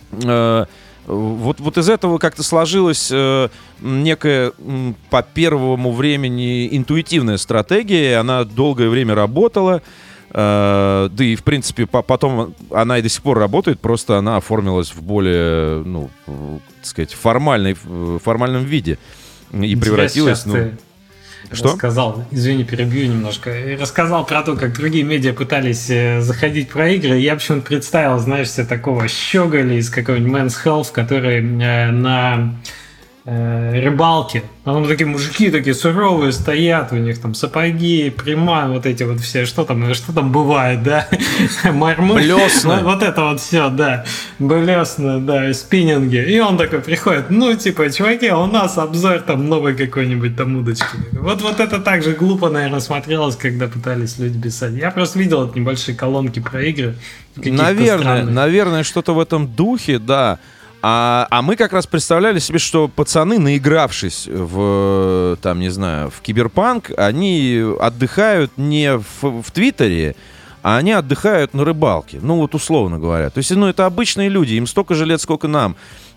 Вот из этого как-то сложилась некая по первому времени интуитивная стратегия, она долгое время работала, да и в принципе потом она и до сих пор работает, просто она оформилась в более, так сказать, формальном виде и превратилась...
Что? Рассказал, извини, перебью немножко. Рассказал про то, как другие медиа пытались заходить про игры. Я почему-то представил, знаешь, себе такого щеголя из какого-нибудь Men's Health, который на рыбалке. А там такие мужики такие суровые стоят, у них там сапоги, пряма, вот эти вот все, что там бывает, да? Мормы.
Блесна.
Вот это вот все, да. Блесна, да, спиннинги. И он такой приходит, чуваки, у нас обзор там новой какой-нибудь там удочки. Вот это так же глупо, наверное, смотрелось, когда пытались люди писать. Я просто видел эти небольшие колонки про игры.
Наверное, что-то в этом духе, да. А мы как раз представляли себе, что пацаны, наигравшись в Киберпанк, они отдыхают не в Твиттере, а они отдыхают на рыбалке. Условно говоря. То есть, это обычные люди, им столько же лет, сколько нам.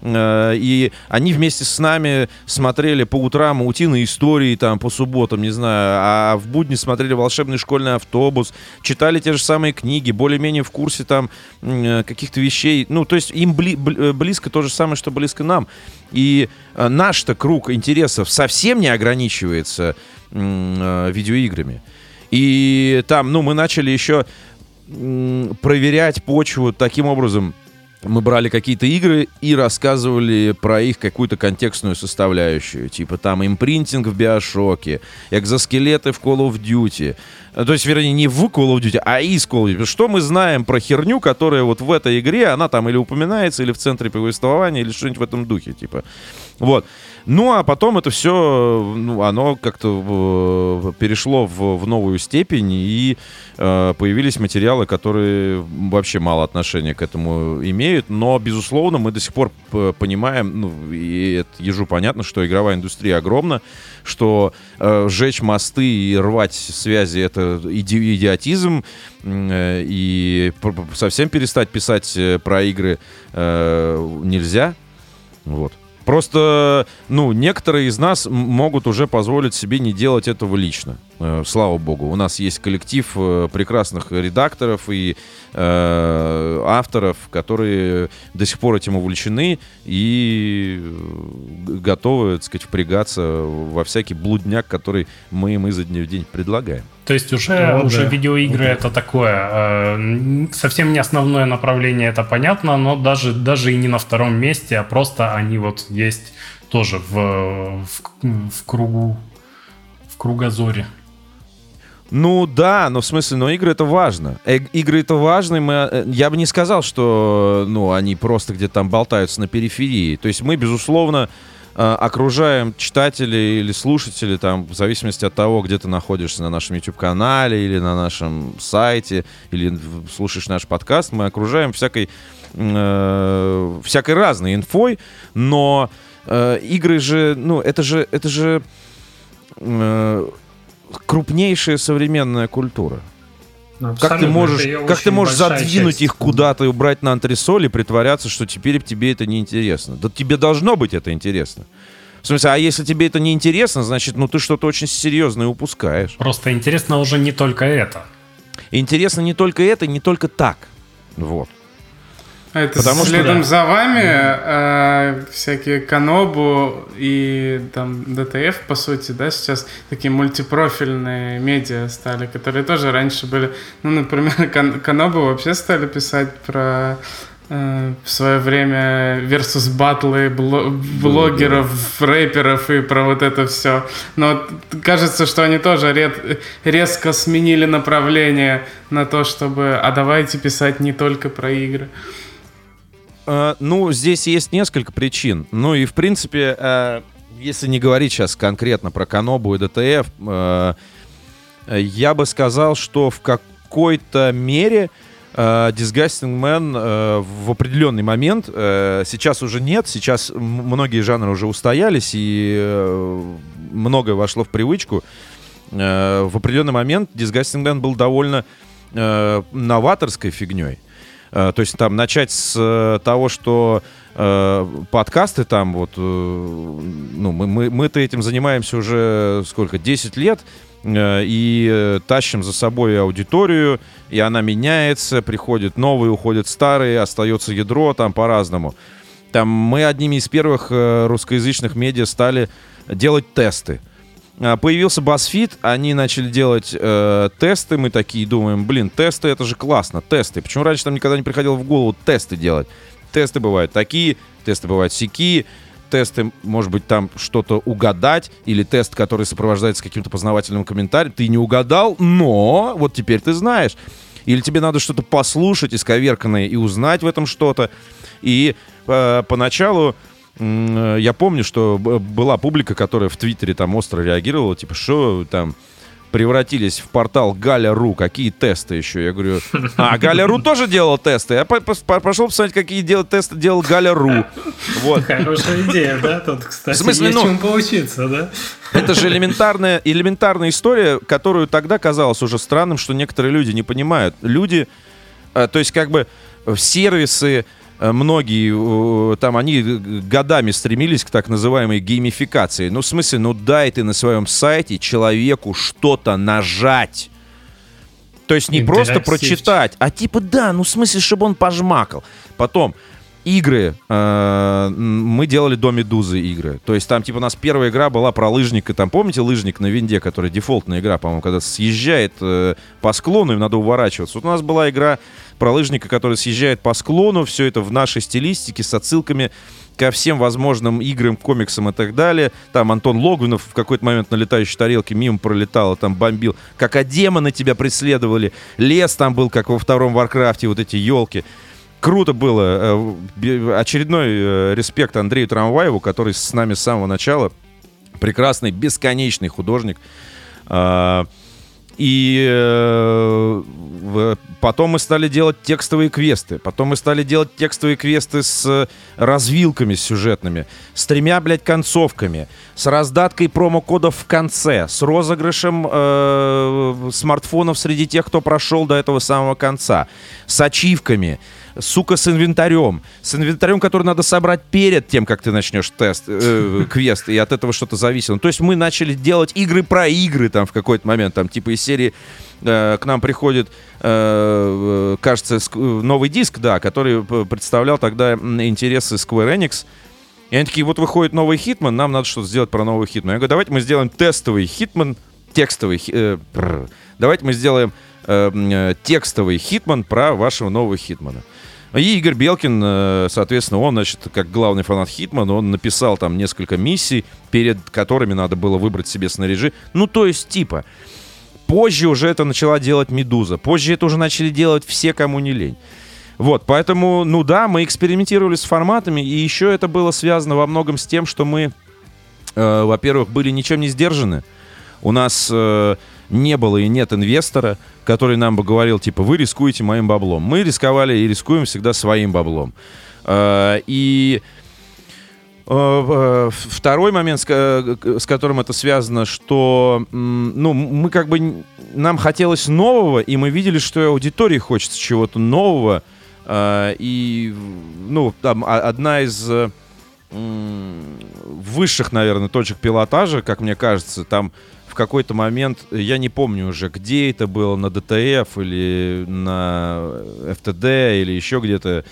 И они вместе с нами смотрели по утрам утиные истории, там, по субботам, не знаю, а в будни смотрели «Волшебный школьный автобус», читали те же самые книги, более-менее в курсе там каких-то вещей. То есть им близко то же самое, что близко нам. И наш-то круг интересов совсем не ограничивается видеоиграми. И там, мы начали еще проверять почву таким образом. Мы брали какие-то игры и рассказывали про их какую-то контекстную составляющую. Типа там импринтинг в Биошоке, экзоскелеты в Call of Duty. То есть, вернее, не в Call of Duty, а из Call of Duty. Что мы знаем про херню, которая вот в этой игре, она там или упоминается, или в центре повествования, или что-нибудь в этом духе, типа. Вот. А потом это все, оно как-то перешло в новую степень, и появились материалы, которые вообще мало отношения к этому имеют, но, безусловно, мы до сих пор понимаем, и это ежу понятно, что игровая индустрия огромна, что сжечь мосты и рвать связи — это идиотизм, и совсем перестать писать про игры нельзя, вот. Просто, некоторые из нас могут уже позволить себе не делать этого лично. Слава богу. У нас есть коллектив прекрасных редакторов и авторов, которые до сих пор этим увлечены и готовы, так сказать, впрягаться во всякий блудняк, который мы им изо дня в день предлагаем.
То есть уже видеоигры это такое, совсем не основное направление, это понятно, но даже и не на втором месте, а просто они вот есть тоже в кругозоре.
Да, но в смысле, игры это важно. Игры это важно, я бы не сказал, что они просто где-то там болтаются на периферии. То есть мы, безусловно, окружаем читателей или слушателей, там, в зависимости от того, где ты находишься, на нашем YouTube-канале или на нашем сайте, или слушаешь наш подкаст, мы окружаем всякой разной инфой, но игры же, ну, это же крупнейшая современная культура. Как ты можешь задвинуть часть их куда-то и убрать на антресоль и притворяться, что теперь тебе это неинтересно? Да тебе должно быть это интересно. В смысле, а если тебе это не интересно, значит, ну ты что-то очень серьезное упускаешь.
Просто интересно уже не только это.
Интересно не только это, не только так. Вот.
А это потому следом за вами всякие Канобу и там ДТФ, по сути, да, сейчас такие мультипрофильные медиа стали, которые тоже раньше были, ну, например, Канобу вообще стали писать про в свое время versus батлы блогеров, рэперов и про вот это все. Но кажется, что они тоже резко сменили направление на то, чтобы, а давайте писать не только про игры.
Ну, здесь есть несколько причин. Ну и, в принципе, если не говорить сейчас конкретно про Канобу и ДТФ, я бы сказал, что в какой-то мере Disgusting Man в определенный момент, сейчас уже нет, сейчас многие жанры уже устоялись и многое вошло в привычку. В определенный момент Disgusting Man был довольно новаторской фигней. То есть там начать с того, что подкасты там вот, ну, мы-то этим занимаемся уже сколько, 10 лет, и тащим за собой аудиторию, и она меняется, приходят новые, уходят старые, остается ядро там по-разному. Там мы одними из первых русскоязычных медиа стали делать тесты. Появился BuzzFeed, они начали делать тесты, мы такие думаем, блин, тесты, это же классно, тесты. Почему раньше нам никогда не приходило в голову тесты делать? Тесты бывают такие, тесты бывают сякие, тесты, может быть, там что-то угадать, или тест, который сопровождается каким-то познавательным комментарием. Ты не угадал, но вот теперь ты знаешь. Или тебе надо что-то послушать исковерканное и узнать в этом что-то. И поначалу я помню, что была публика, которая в Твиттере там остро реагировала, типа, что там превратились в портал Галя.ру, какие тесты еще? Я говорю, Галя.ру тоже делал тесты. Я пошел посмотреть, какие тесты делал Галя.ру. Вот.
Хорошая идея, да? Тут, кстати, в смысле, есть чему поучиться, да?
Это же элементарная история, которую тогда казалось уже странным, что некоторые люди не понимают. Люди, то есть как бы сервисы, многие там, они годами стремились к так называемой геймификации. Ну, в смысле, ну дай ты на своем сайте человеку что-то нажать. То есть не просто прочитать, а типа, да, ну в смысле, чтобы он пожмакал. Потом, игры. Мы делали до Медузы игры. То есть там, типа, у нас первая игра была про лыжника. Там, помните лыжник на винде, который дефолтная игра, по-моему, когда съезжает по склону, им надо уворачиваться. Вот у нас была игра про лыжника, который съезжает по склону. Все это в нашей стилистике с отсылками ко всем возможным играм, комиксам и так далее. Там Антон Логвинов в какой-то момент на летающей тарелке мимо пролетал, там бомбил. Как демоны тебя преследовали. Лес там был, как во втором Варкрафте, вот эти елки. Круто было. Очередной респект Андрею Трамваеву, который с нами с самого начала. Прекрасный, бесконечный художник. И потом мы стали делать текстовые квесты. Потом мы стали делать текстовые квесты с развилками сюжетными. С 3, блядь, концовками. С раздаткой промокодов в конце. С розыгрышем смартфонов среди тех, кто прошел до этого самого конца. С ачивками. Сука, с инвентарем. С инвентарем, который надо собрать перед тем, как ты начнешь квест, и от этого что-то зависело. То есть мы начали делать игры про игры там в какой-то момент, там типа из серии к нам приходит, кажется, новый диск, да, который представлял тогда интересы Square Enix. И они такие, вот выходит новый Hitman, нам надо что-то сделать про новый Hitman. Я говорю, давайте мы сделаем тестовый Hitman, давайте мы сделаем текстовый Hitman про вашего нового Хитмана. И Игорь Белкин, соответственно, он, значит, как главный фанат Хитмана, он написал там несколько миссий, перед которыми надо было выбрать себе снаряжение. Ну, то есть, типа, позже уже это начала делать Медуза, позже это уже начали делать все, кому не лень. Вот, поэтому, ну да, мы экспериментировали с форматами, и еще это было связано во многом с тем, что мы, во-первых, были ничем не сдержаны. У нас не было и нет инвестора, который нам бы говорил, типа, вы рискуете моим баблом. Мы рисковали и рискуем всегда своим баблом. И второй момент, с которым это связано, что, ну, мы как бы, нам хотелось нового, и мы видели, что аудитории хочется чего-то нового. И, ну, там одна из высших, наверное, точек пилотажа, как мне кажется, там в какой-то момент, я не помню уже, где это было, на DTF или на FTD или еще где-то,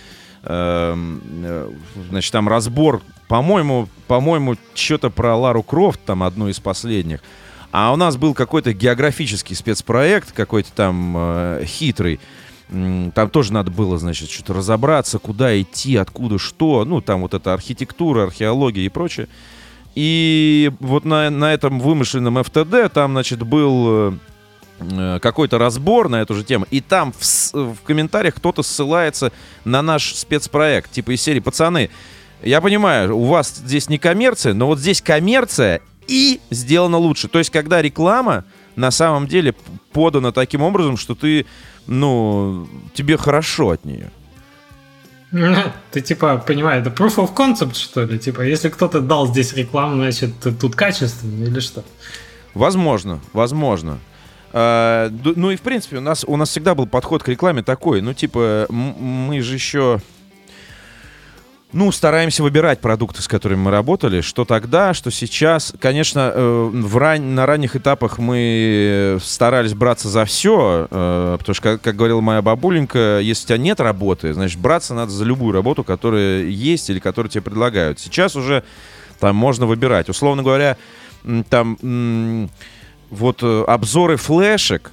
значит, там разбор, по-моему, что-то про Лару Крофт, там одну из последних. А у нас был какой-то географический спецпроект, какой-то там хитрый. Там тоже надо было, значит, что-то разобраться, куда идти, откуда, что. Ну, там вот эта архитектура, археология и прочее. И вот на этом вымышленном FTD там, значит, был какой-то разбор на эту же тему. И там в комментариях кто-то ссылается на наш спецпроект. Типа из серии: пацаны, я понимаю, у вас здесь не коммерция, но вот здесь коммерция и сделано лучше. То есть, когда реклама на самом деле подана таким образом, что ты, ну, тебе хорошо от нее.
Ты, типа, понимаешь, это proof of concept, что ли? Типа, если кто-то дал здесь рекламу, значит, тут качественно или что?
Возможно. Ну и, в принципе, у нас всегда был подход к рекламе такой. Ну, типа, мы же еще, ну, стараемся выбирать продукты, с которыми мы работали, что тогда, что сейчас. Конечно, на ранних этапах мы старались браться за все, потому что, как говорила моя бабуленька, если у тебя нет работы, значит, браться надо за любую работу, которая есть или которую тебе предлагают. Сейчас уже там можно выбирать. Условно говоря, там вот обзоры флешек,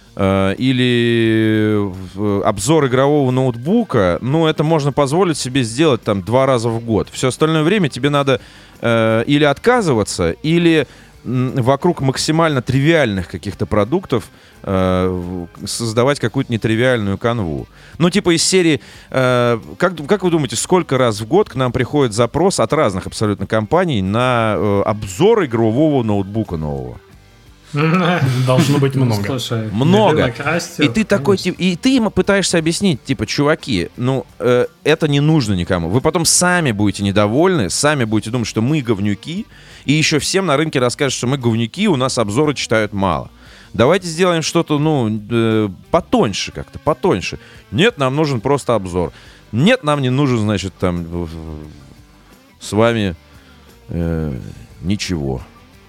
или обзор игрового ноутбука, ну, это можно позволить себе сделать там 2 раза в год. Все остальное время тебе надо или отказываться, или вокруг максимально тривиальных каких-то продуктов создавать какую-то нетривиальную канву. Ну, типа из серии... Как вы думаете, сколько раз в год к нам приходит запрос от разных абсолютно компаний на обзор игрового ноутбука нового?
Должно быть много.
Слушай,
много. И ты такой, и ты ему пытаешься объяснить, типа, чуваки, ну, это не нужно никому. Вы потом сами будете недовольны, сами будете думать, что мы говнюки, и еще всем на рынке расскажут, что мы говнюки, у нас обзоры читают мало. Давайте сделаем что-то, ну, потоньше как-то, потоньше. Нет, нам нужен просто обзор. Нет, нам не нужен, значит, там, с вами ничего.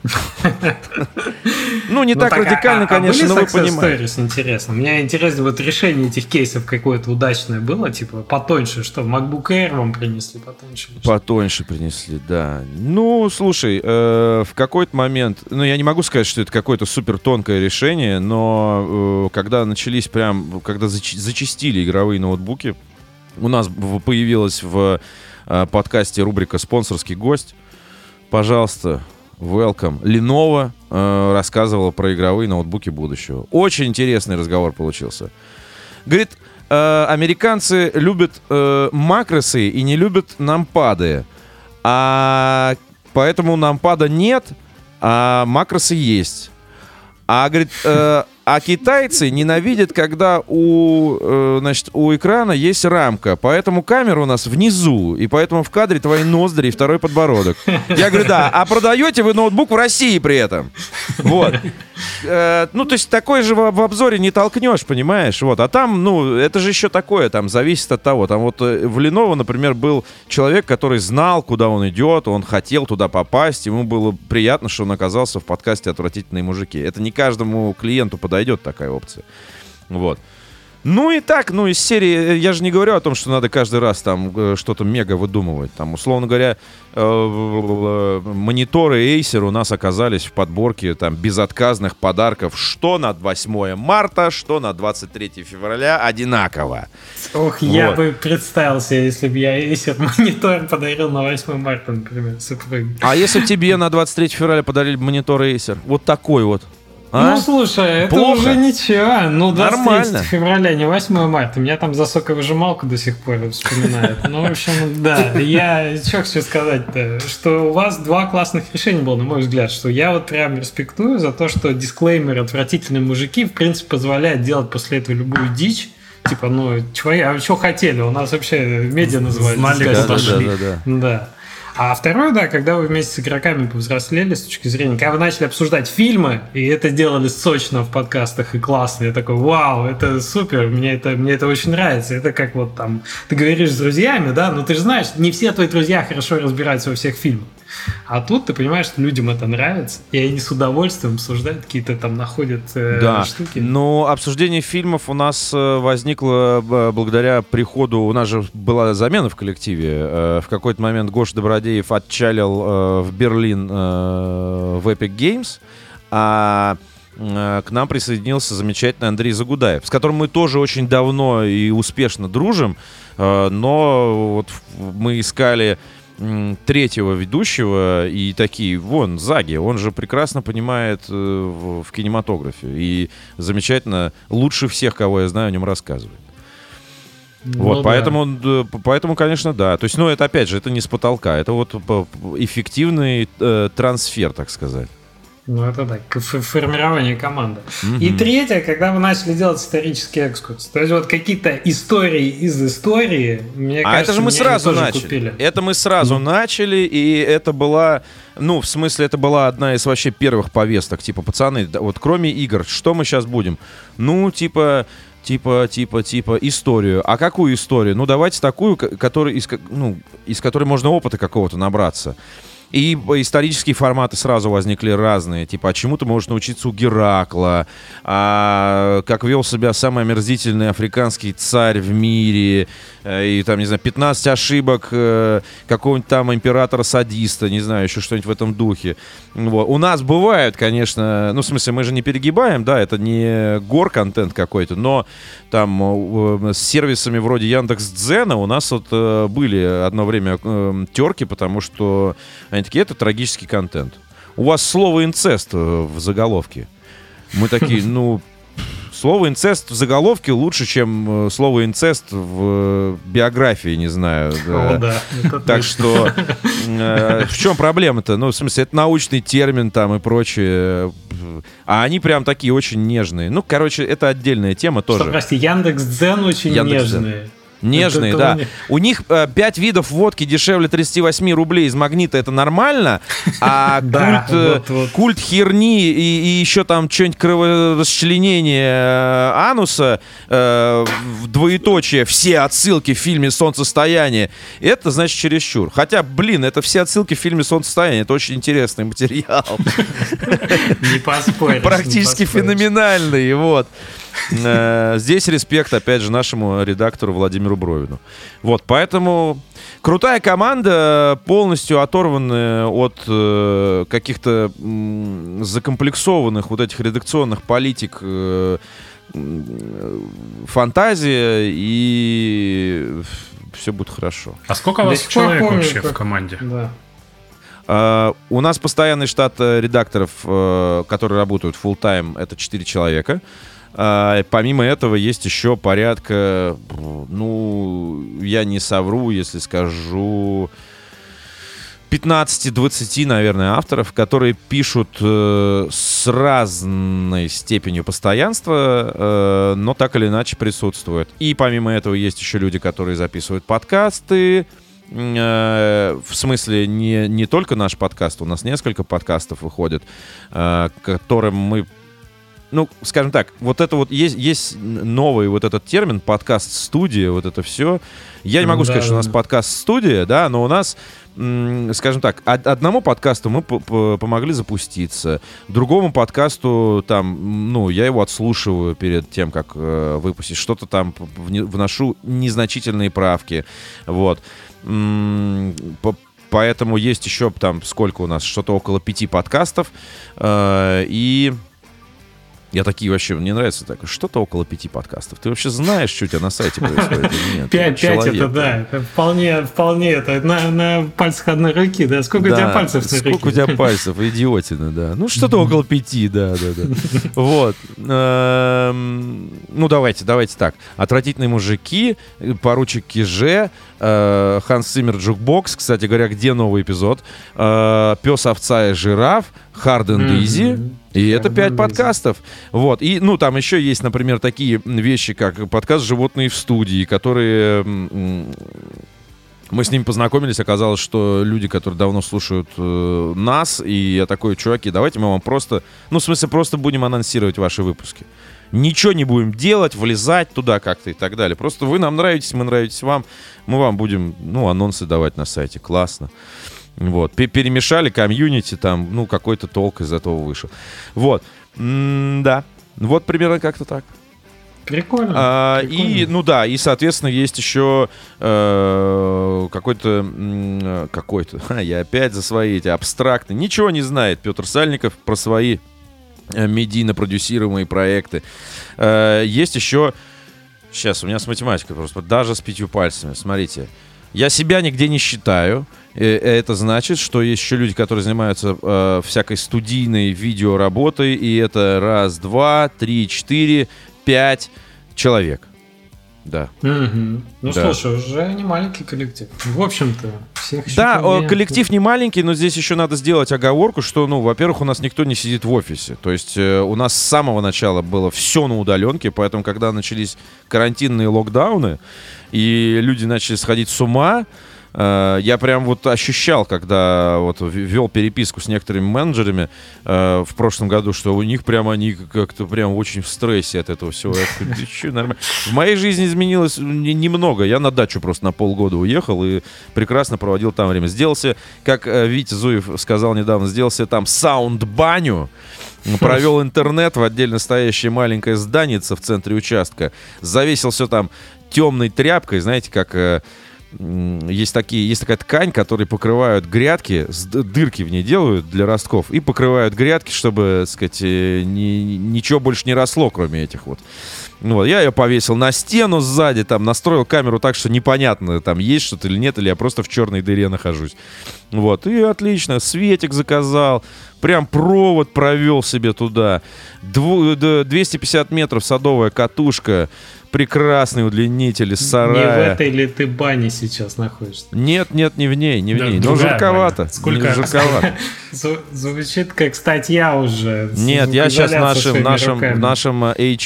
Ну, не так радикально, конечно, но вы понимаете.
Интересно. Мне интересно, вот решение этих кейсов какое-то удачное было, типа, потоньше, что MacBook Air вам принесли потоньше?
Потоньше принесли, да. Ну, слушай, в какой-то момент, ну, я не могу сказать, что это какое-то супер тонкое решение, но когда начались прям, когда зачастили игровые ноутбуки, у нас появилась в подкасте рубрика «Спонсорский гость». Пожалуйста, welcome. Lenovo рассказывала про игровые ноутбуки будущего. Очень интересный разговор получился. Говорит, американцы любят макросы и не любят нампады. А поэтому нампада нет, а макросы есть. А, говорит, а китайцы ненавидят, когда у экрана есть рамка. Поэтому камера у нас внизу. И поэтому в кадре твои ноздри и второй подбородок. Я говорю, да. А продаете вы ноутбук в России при этом? Вот. Ну, то есть такой же в обзоре не толкнешь, понимаешь? Вот. А там, ну, это же еще такое. Там зависит от того. Там вот в Lenovo, например, был человек, который знал, куда он идет. Он хотел туда попасть. Ему было приятно, что он оказался в подкасте «Отвратительные мужики». Это не каждому клиенту подойдет такая опция. Вот. Ну и так, ну из серии, я же не говорю о том, что надо каждый раз там что-то мега выдумывать. Там, условно говоря, мониторы Acer у нас оказались в подборке там безотказных подарков что на 8 марта, что на 23 февраля одинаково.
Ох, вот. Я бы представил себе, если бы я Acer монитор подарил на 8 марта, например, супруге.
А если бы тебе на 23 февраля подарили монитор Acer? Вот такой вот.
Ну, слушай, это
Плохо?
уже ничего. Ну, 23
Нормально.
февраля, не 8 марта. Меня там за соковыжималку до сих пор вспоминают. Ну, в общем, да. Я что хочу сказать-то? Что у вас два классных решения было, на мой взгляд. Что я вот прям респектую за то, что дисклеймер «Отвратительные мужики» в принципе позволяет делать после этого любую дичь. Типа, ну, а что хотели? У нас вообще медиа называют.
Знали, куда шли.
Да. А второе, да, когда вы вместе с игроками повзрослели с точки зрения, когда вы начали обсуждать фильмы, и это делали сочно в подкастах и классно, я такой, вау, это супер, мне это очень нравится. Это как вот там, ты говоришь с друзьями, да, но ты же знаешь, не все твои друзья хорошо разбираются во всех фильмах. А тут ты понимаешь, что людям это нравится, и они с удовольствием обсуждают, какие-то там находят штуки.
Ну, обсуждение фильмов у нас возникло благодаря приходу, у нас же была замена в коллективе. В какой-то момент Гоша Добродеев отчалил в Берлин в Epic Games, а к нам присоединился замечательный Андрей Загудаев, с которым мы тоже очень давно и успешно дружим, но вот мы искали третьего ведущего и такие, вон, Заги, он же прекрасно понимает в кинематографе и замечательно, лучше всех, кого я знаю, о нем рассказывает. Ну, вот, да. поэтому, конечно, да. То есть, ну, это, опять же, это не с потолка, это вот эффективный трансфер, так сказать.
Ну, это так, формирование команды. И третье, когда вы начали делать исторический экскурс. То есть вот какие-то истории из истории, мне кажется,
это же мы сразу начали.
Купили.
Это мы сразу начали, и это была, ну, в смысле, это была одна из вообще первых повесток. Типа, пацаны, вот кроме игр, что мы сейчас будем? Ну, типа историю. А какую историю? Ну, давайте такую, из которой можно опыта какого-то набраться. И исторические форматы сразу возникли разные. Типа, а чему ты можешь научиться у Геракла? А как вел себя самый омерзительный африканский царь в мире? И там, не знаю, 15 ошибок какого-нибудь там императора-садиста. Не знаю, еще что-нибудь в этом духе. Вот. У нас бывают, конечно... Ну, в смысле, мы же не перегибаем, да, это не гор-контент какой-то, но там с сервисами вроде Яндекс.Дзена у нас вот были одно время терки, потому что они такие, это трагический контент. У вас слово «инцест» в заголовке. Мы такие, ну, слово «инцест» в заголовке лучше, чем слово «инцест» в биографии, не знаю.
О, да.
Так что в чем проблема-то? Ну, в смысле, это научный термин там и прочее. А они прям такие очень нежные. Ну, короче, это отдельная тема тоже.
Что, прости, Яндекс.Дзен очень нежные.
Нежные, да. У них 5 видов водки дешевле 38 рублей из Магнита, это нормально, а культ херни и еще там что-нибудь кроворасчленение ануса, двоеточие, все отсылки в фильме «Солнцестояние», это, значит, чересчур. Хотя, блин, это все отсылки в фильме «Солнцестояние», это очень интересный материал.
Не поспоришь.
Практически феноменальный, вот. Здесь респект, опять же, нашему редактору Владимиру Бровину. Вот, поэтому крутая команда, полностью оторванная от каких-то закомплексованных вот этих редакционных политик, фантазия, и все будет хорошо.
А сколько у вас человек вообще в команде?
Да.
У нас постоянный штат редакторов, которые работают full-time, это 4 человека. Помимо этого есть еще порядка, ну, я не совру, если скажу, 15-20, наверное, авторов, которые пишут с разной степенью постоянства, но так или иначе присутствуют. И помимо этого есть еще люди, которые записывают подкасты. В смысле, не только наш подкаст, у нас несколько подкастов выходит, которым мы... Ну, скажем так, вот это вот есть новый вот этот термин подкаст-студия, вот это все. Я не могу сказать, что у нас подкаст-студия, да, но у нас, скажем так, одному подкасту мы помогли запуститься, другому подкасту там, ну, я его отслушиваю перед тем, как выпустить, что-то там вношу незначительные правки, вот. Поэтому есть еще там, сколько у нас, что-то около 5 подкастов, и... Я такие вообще, мне нравится так, что-то около 5 подкастов. Ты вообще знаешь, что у тебя на сайте происходит или нет?
5 это да, это вполне это на пальцах одной руки, да? Сколько у тебя пальцев на руке?
Сколько у тебя пальцев, идиотина, да. Ну, что-то около 5, да. Вот. Ну, давайте так. «Отвратительные мужики», «Поручик Киже», «Ханс Циммер Джукбокс», кстати говоря, где новый эпизод, «Пес, овца и жираф», «Hard and Easy». И это 5 подкастов. Вот. И, ну, там еще есть, например, такие вещи, как подкаст «Животные в студии», которые... Мы с ними познакомились, оказалось, что люди, которые давно слушают нас, и я такой, чуваки, давайте мы вам просто... Ну, в смысле, просто будем анонсировать ваши выпуски. Ничего не будем делать, влезать туда как-то и так далее. Просто вы нам нравитесь, мы нравитесь вам. Мы вам будем, ну, анонсы давать на сайте. Классно. Вот. Перемешали комьюнити, там, ну, какой-то толк из этого вышел. Вот. Да. Вот примерно как-то так.
Прикольно.
И, ну да, и, соответственно, есть еще какой-то, я опять за свои эти абстракты. Ничего не знает Петр Сальников про свои медийно продюсируемые проекты. Есть еще, сейчас, у меня с математикой просто, даже с 5 пальцами, смотрите. Я себя нигде не считаю. Это значит, что есть еще люди, которые занимаются всякой студийной видеоработой, и это 1, 2, 3, 4, 5 человек. Да.
Ну,
да.
Слушай, уже не маленький коллектив. В общем-то, всех еще...
Да, коллектив не маленький, но здесь еще надо сделать оговорку, что, ну, во-первых, у нас никто не сидит в офисе. То есть у нас с самого начала было все на удаленке, поэтому, когда начались карантинные локдауны, и люди начали сходить с ума, я прям вот ощущал, когда вот вел переписку с некоторыми менеджерами в прошлом году, что у них прям они как-то прям очень в стрессе от этого всего. В моей жизни изменилось немного. Я на дачу просто на полгода уехал и прекрасно проводил там время. Сделался, как Витя Зуев сказал недавно, сделался там саунд-баню. Провел интернет в отдельно стоящее маленькое зданице в центре участка. Завесил все там темной тряпкой, знаете, как... Есть такая ткань, которой покрывают грядки, дырки в ней делают для ростков и покрывают грядки, чтобы, так сказать, ничего больше не росло, кроме этих вот. Вот, я ее повесил на стену сзади, там, настроил камеру так, что непонятно, там, есть что-то или нет, или я просто в черной дыре нахожусь. Вот, и отлично, светик заказал, прям провод провел себе туда, 250 метров садовая катушка, прекрасный удлинитель из сарая.
Не в этой ли ты бане сейчас находишься?
Нет, не в ней, но жарковато.
Сколько?
Жарковато.
Звучит как статья уже.
Нет, я сейчас в нашем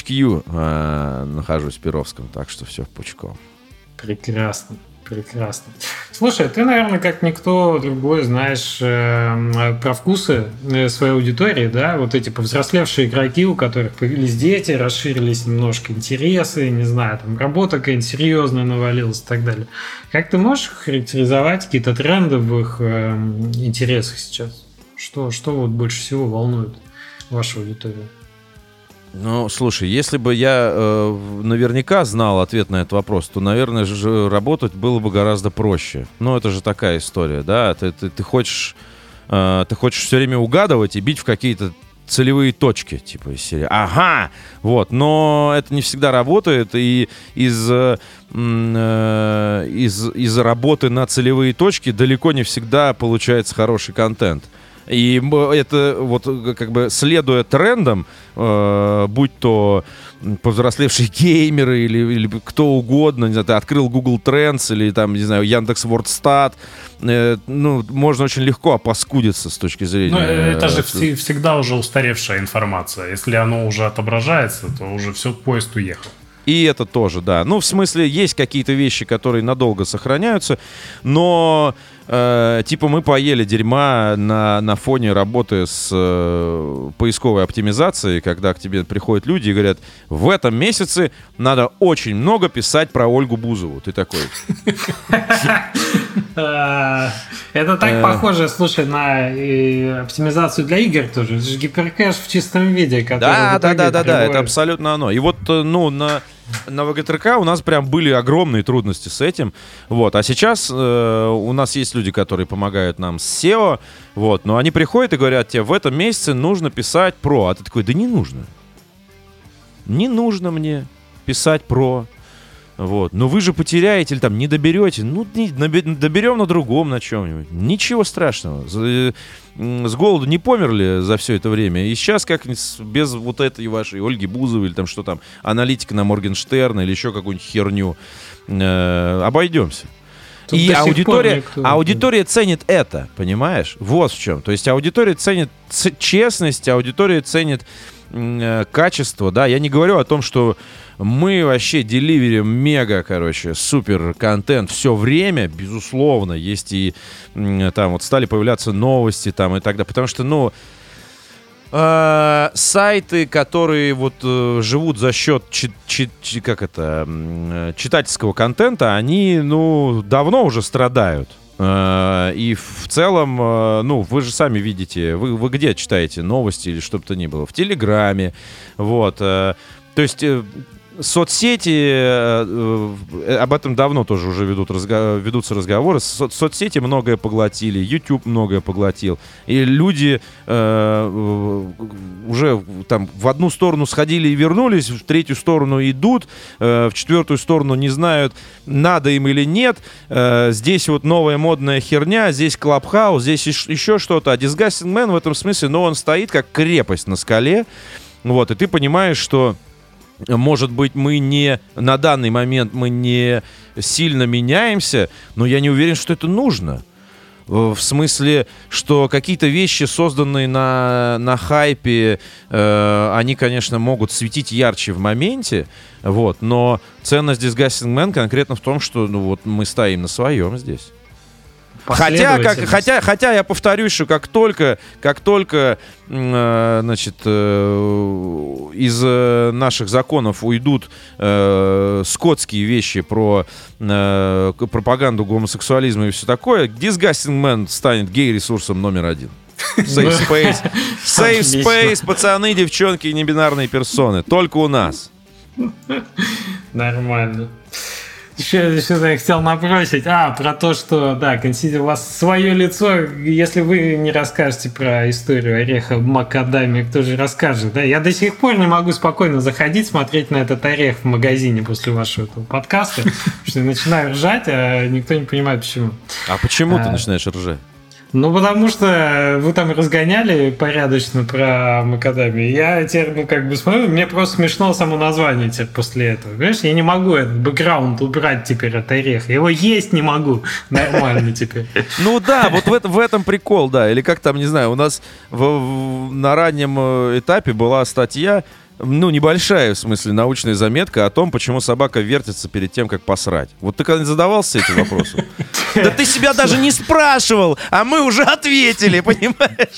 HQ нахожусь в Перовском, так что все пучком.
Прекрасно. Слушай, ты, наверное, как никто другой знаешь про вкусы своей аудитории, да? Вот эти повзрослевшие игроки, у которых появились дети, расширились немножко интересы, не знаю, там работа какая-нибудь серьезная навалилась и так далее. Как ты можешь характеризовать какие-то тренды в их интересах сейчас? Что вот больше всего волнует вашу аудиторию?
Ну, слушай, если бы я наверняка знал ответ на этот вопрос, то, наверное, же работать было бы гораздо проще. Ну, это же такая история, да? Ты хочешь все время угадывать и бить в какие-то целевые точки, типа из серии. Ага! Вот, но это не всегда работает, и из-за работы на целевые точки далеко не всегда получается хороший контент. И это вот как бы следуя трендам, будь то повзрослевшие геймеры или кто угодно, не знаю, ты открыл Google Trends или там, не знаю, Яндекс.Вордстат, ну, можно очень легко опаскудиться с точки зрения...
Ну, это же всегда уже устаревшая информация. Если оно уже отображается, то уже все, поезд уехал.
И это тоже, да. Ну, в смысле, есть какие-то вещи, которые надолго сохраняются, но типа мы поели дерьма на фоне работы с поисковой оптимизацией, когда к тебе приходят люди и говорят, в этом месяце надо очень много писать про Ольгу Бузову. Ты такой...
Это так похоже, слушай, на оптимизацию для игр тоже. Это же гиперкэш в чистом виде.
Да, это абсолютно оно. И вот, ну, на ВГТРК у нас прям были огромные трудности с этим. Вот. А сейчас у нас есть люди, которые помогают нам с SEO. Вот. Но они приходят и говорят тебе, в этом месяце нужно писать про. А ты такой, да не нужно. не нужно мне писать про... Вот. Но вы же потеряете или там не доберете. Ну, доберем на другом, на чем-нибудь. Ничего страшного. С голоду не померли за все это время. И сейчас как без вот этой вашей Ольги Бузовой или там что там, аналитика на Моргенштерна или еще какую-нибудь херню, обойдемся. Тут и аудитория ценит это, понимаешь? Вот в чем. То есть аудитория ценит честность, аудитория ценит качество, да. Я не говорю о том, что мы вообще деливерим мега, супер контент все время, безусловно. Есть и там вот стали появляться новости там и так далее. Потому что, сайты, которые вот живут за счет читательского контента, они, давно уже страдают. И в целом, вы же сами видите, вы где читаете новости или что бы то ни было? В Телеграме, вот. То есть соцсети, об этом давно тоже уже ведутся разговоры, соцсети многое поглотили, YouTube многое поглотил, и люди уже там в одну сторону сходили и вернулись, в третью сторону идут, в четвертую сторону не знают, надо им или нет, здесь вот новая модная херня, здесь Clubhouse, здесь еще что-то, а Disgusting Man в этом смысле, он стоит как крепость на скале, вот, и ты понимаешь, что может быть, на данный момент мы не сильно меняемся, но я не уверен, что это нужно. В смысле, что какие-то вещи, созданные на хайпе, они, конечно, могут светить ярче в моменте, вот, но ценность Disgusting Man конкретно в том, что мы стоим на своем здесь. Хотя я повторюсь, что как только из наших законов уйдут скотские вещи про пропаганду гомосексуализма и все такое, Disgusting Man станет гей-ресурсом номер 1. Safe space, пацаны, девчонки и небинарные персоны. Только у нас.
Нормально. Еще я хотел набросить. Про то, что, да, у вас свое лицо. Если вы не расскажете про историю ореха макадамия, кто же расскажет? Да? Я до сих пор не могу спокойно заходить, смотреть на этот орех в магазине после вашего этого подкаста, потому что я начинаю ржать, а никто не понимает, почему.
А почему ты начинаешь ржать?
Потому что вы там разгоняли порядочно про макадамию. Я теперь, смотрю, мне просто смешно само название теперь после этого. Понимаешь, я не могу этот бэкграунд убрать теперь от ореха. Его есть не могу нормально теперь.
Да, вот в этом прикол, да. Или как там, не знаю, у нас на раннем этапе была статья, небольшая, в смысле, научная заметка о том, почему собака вертится перед тем, как посрать. Вот ты когда-нибудь задавался этим вопросом? Да ты себя даже не спрашивал, а мы уже ответили, понимаешь?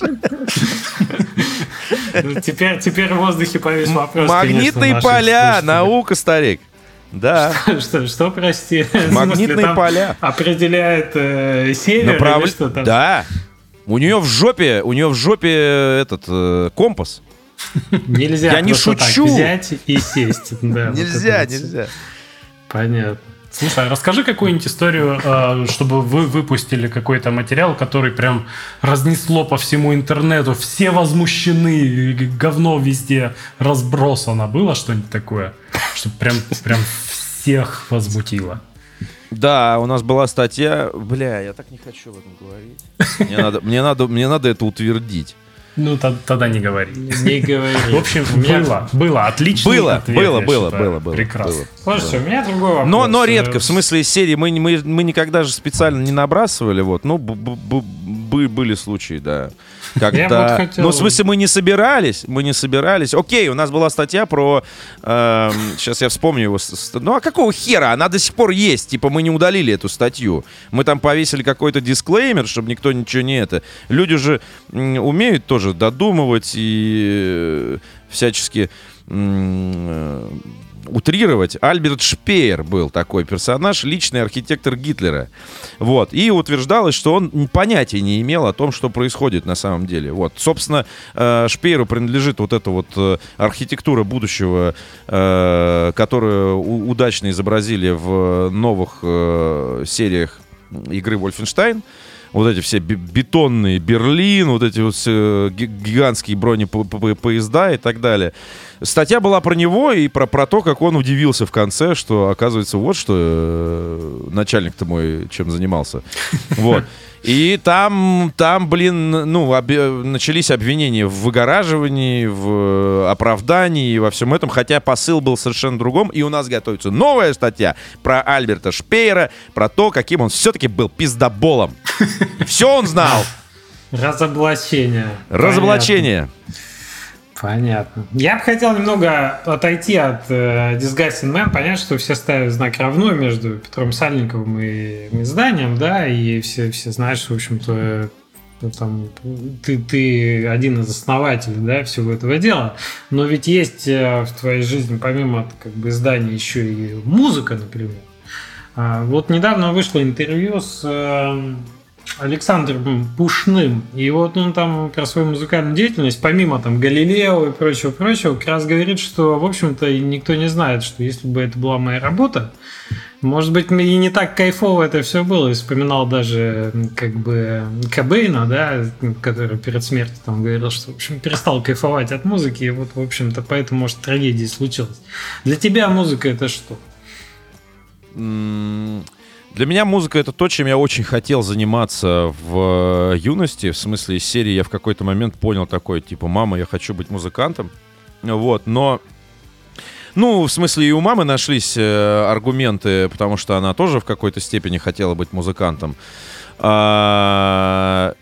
Теперь в воздухе повис вопрос.
Магнитные поля, наука, старик. Да.
Что, прости?
Магнитные поля.
Определяет север или что там?
Да. У нее в жопе этот компас.
Нельзя
я не шучу.
Так взять и сесть. Да,
нельзя.
Понятно.
Слушай, расскажи какую-нибудь историю, чтобы вы выпустили какой-то материал, который прям разнесло по всему интернету. Все возмущены, говно везде разбросано. Было что-нибудь такое, что прям всех возмутило?
Да, у нас была статья. Я так не хочу об этом говорить. Мне надо это утвердить.
Тогда не говори.
Не говори.
В общем, было. Отлично.
Было.
Прекрасно.
Слушай, у меня другой вопрос.
Но редко, в смысле из серии мы никогда же специально не набрасывали, были случаи, да. Когда... в смысле, мы не собирались. Окей, у нас была статья про... сейчас я вспомню его. А какого хера? Она до сих пор есть. Типа, мы не удалили эту статью. Мы там повесили какой-то дисклеймер, чтобы никто ничего не это. Люди же умеют тоже додумывать и всячески утрировать. Альберт Шпеер был такой персонаж, личный архитектор Гитлера. Вот. И утверждалось, что он понятия не имел о том, что происходит на самом деле. Вот. Собственно, Шпееру принадлежит вот эта вот архитектура будущего, которую удачно изобразили в новых сериях игры Wolfenstein. вот эти все бетонные Берлин, вот эти вот гигантские бронепоезда и так далее. Статья была про него и про то, как он удивился в конце, что, оказывается, вот что начальник-то мой чем занимался. Вот. И там, блин, начались обвинения в выгораживании, в оправдании и во всем этом, хотя посыл был совершенно другом. И у нас готовится новая статья про Альберта Шпеера, про то, каким он все-таки был пиздоболом. Все он знал.
Разоблачение. Понятно. Я бы хотел немного отойти от Disgusting Man, понять, что все ставят знак равно между Петром Сальниковым и изданием, да, и все знают, что, в общем-то, там, ты один из основателей, да, всего этого дела. Но ведь есть в твоей жизни, помимо как бы издания, еще и музыка, например. Вот недавно вышло интервью с Александром Пушным, и вот он там про свою музыкальную деятельность, помимо там Галилео и прочего, как раз говорит, что, в общем-то, никто не знает, что если бы это была моя работа, может быть, и не так кайфово это все было. И вспоминал даже как бы Кобейна, да, который перед смертью там говорил, что, в общем, перестал кайфовать от музыки, и вот, в общем-то, поэтому, может, трагедия случилась. Для тебя музыка — это что?
Для меня музыка — это то, чем я очень хотел заниматься в юности. В смысле, из серии я в какой-то момент понял такой, типа, мама, я хочу быть музыкантом. Вот, но... в смысле, и у мамы нашлись аргументы, потому что она тоже в какой-то степени хотела быть музыкантом. В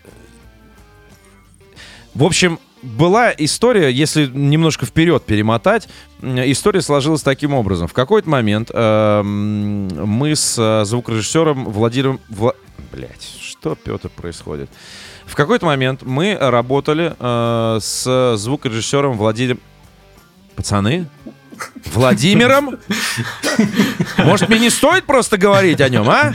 общем, была история, если немножко вперед перемотать, история сложилась таким образом. В какой-то момент мы с звукорежиссером Владимиром... Блять, что, Петр, происходит? В какой-то момент мы работали с звукорежиссером Владимиром... Пацаны? Владимиром? Может, мне не стоит просто говорить о нем, а?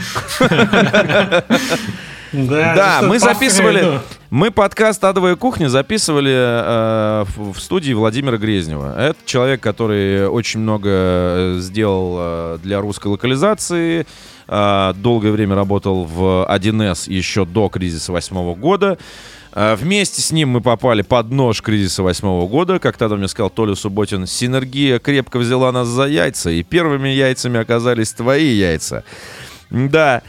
Да, мы записывали... Мы подкаст «Адовая кухня» записывали в студии Владимира Грезнева. Это человек, который очень много сделал для русской локализации. Долгое время работал в 1С еще до кризиса 8-го года. Вместе с ним мы попали под нож кризиса 8-го года. Как тогда мне сказал Толя Субботин, синергия крепко взяла нас за яйца, и первыми яйцами оказались твои яйца. Да.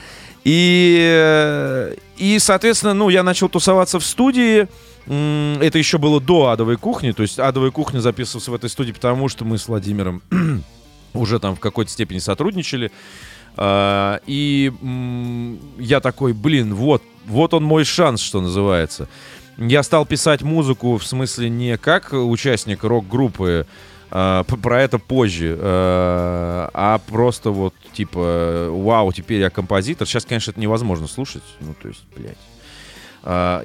И, соответственно, я начал тусоваться в студии. Это еще было до «Адовой кухни». То есть «Адовая кухня» записывался в этой студии, потому что мы с Владимиром уже там в какой-то степени сотрудничали. И я такой, вот он мой шанс, что называется. Я стал писать музыку, в смысле, не как участник рок-группы, про это позже, а просто вот, типа, вау, теперь я композитор. Сейчас, конечно, это невозможно слушать. То есть, блядь.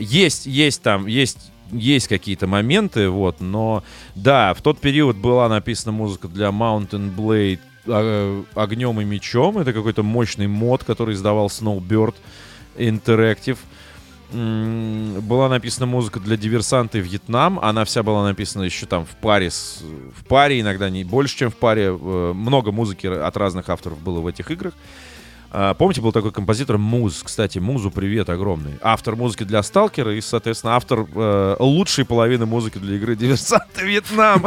Есть какие-то моменты, вот, но, да, в тот период была написана музыка для Mountain Blade огнем и мечом. Это какой-то мощный мод, который издавал Snowbird Interactive. Была написана музыка для «Диверсанта» и «Вьетнам». Она вся была написана еще там в паре, иногда не больше, чем в паре. Много музыки от разных авторов было в этих играх. Помните, был такой композитор Муз. Кстати, Музу привет огромный. Автор музыки для «Сталкера» и, соответственно, автор лучшей половины музыки для игры «Диверсант и Вьетнам».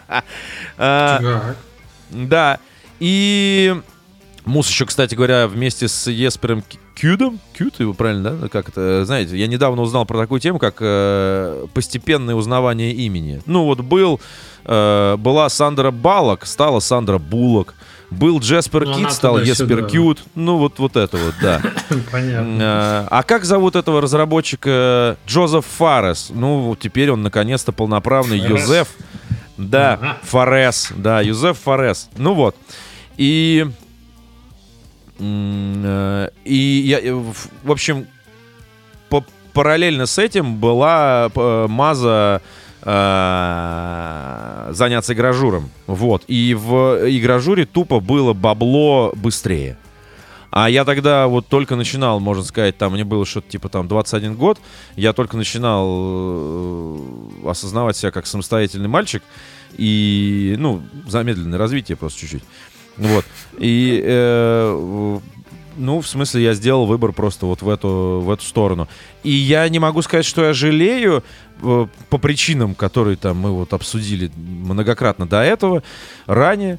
Да. И Муз еще, кстати говоря, вместе с Еспером Кюдом, Кюд его правильно, да? Как это, знаете, я недавно узнал про такую тему, как постепенное узнавание имени. Была Сандра Баллок, стала Сандра Буллок. Был Джеспер Кит, стал Еспер Кьют. Вот это вот, да.
Понятно.
А как зовут этого разработчика? Джозеф Фарес. Теперь он наконец-то полноправный Юзеф. Да, Фарес. Да, Юзеф Фарес. И я, в общем, параллельно с этим была маза заняться игражуром. Вот. И в игражуре тупо было бабло быстрее. А я тогда вот только начинал, можно сказать, там мне было что-то типа там 21 год. Я только начинал осознавать себя как самостоятельный мальчик. И, замедленное развитие просто чуть-чуть. Вот. И в смысле, я сделал выбор просто вот в эту сторону. И я не могу сказать, что я жалею по причинам, которые там мы вот обсудили многократно до этого, ранее.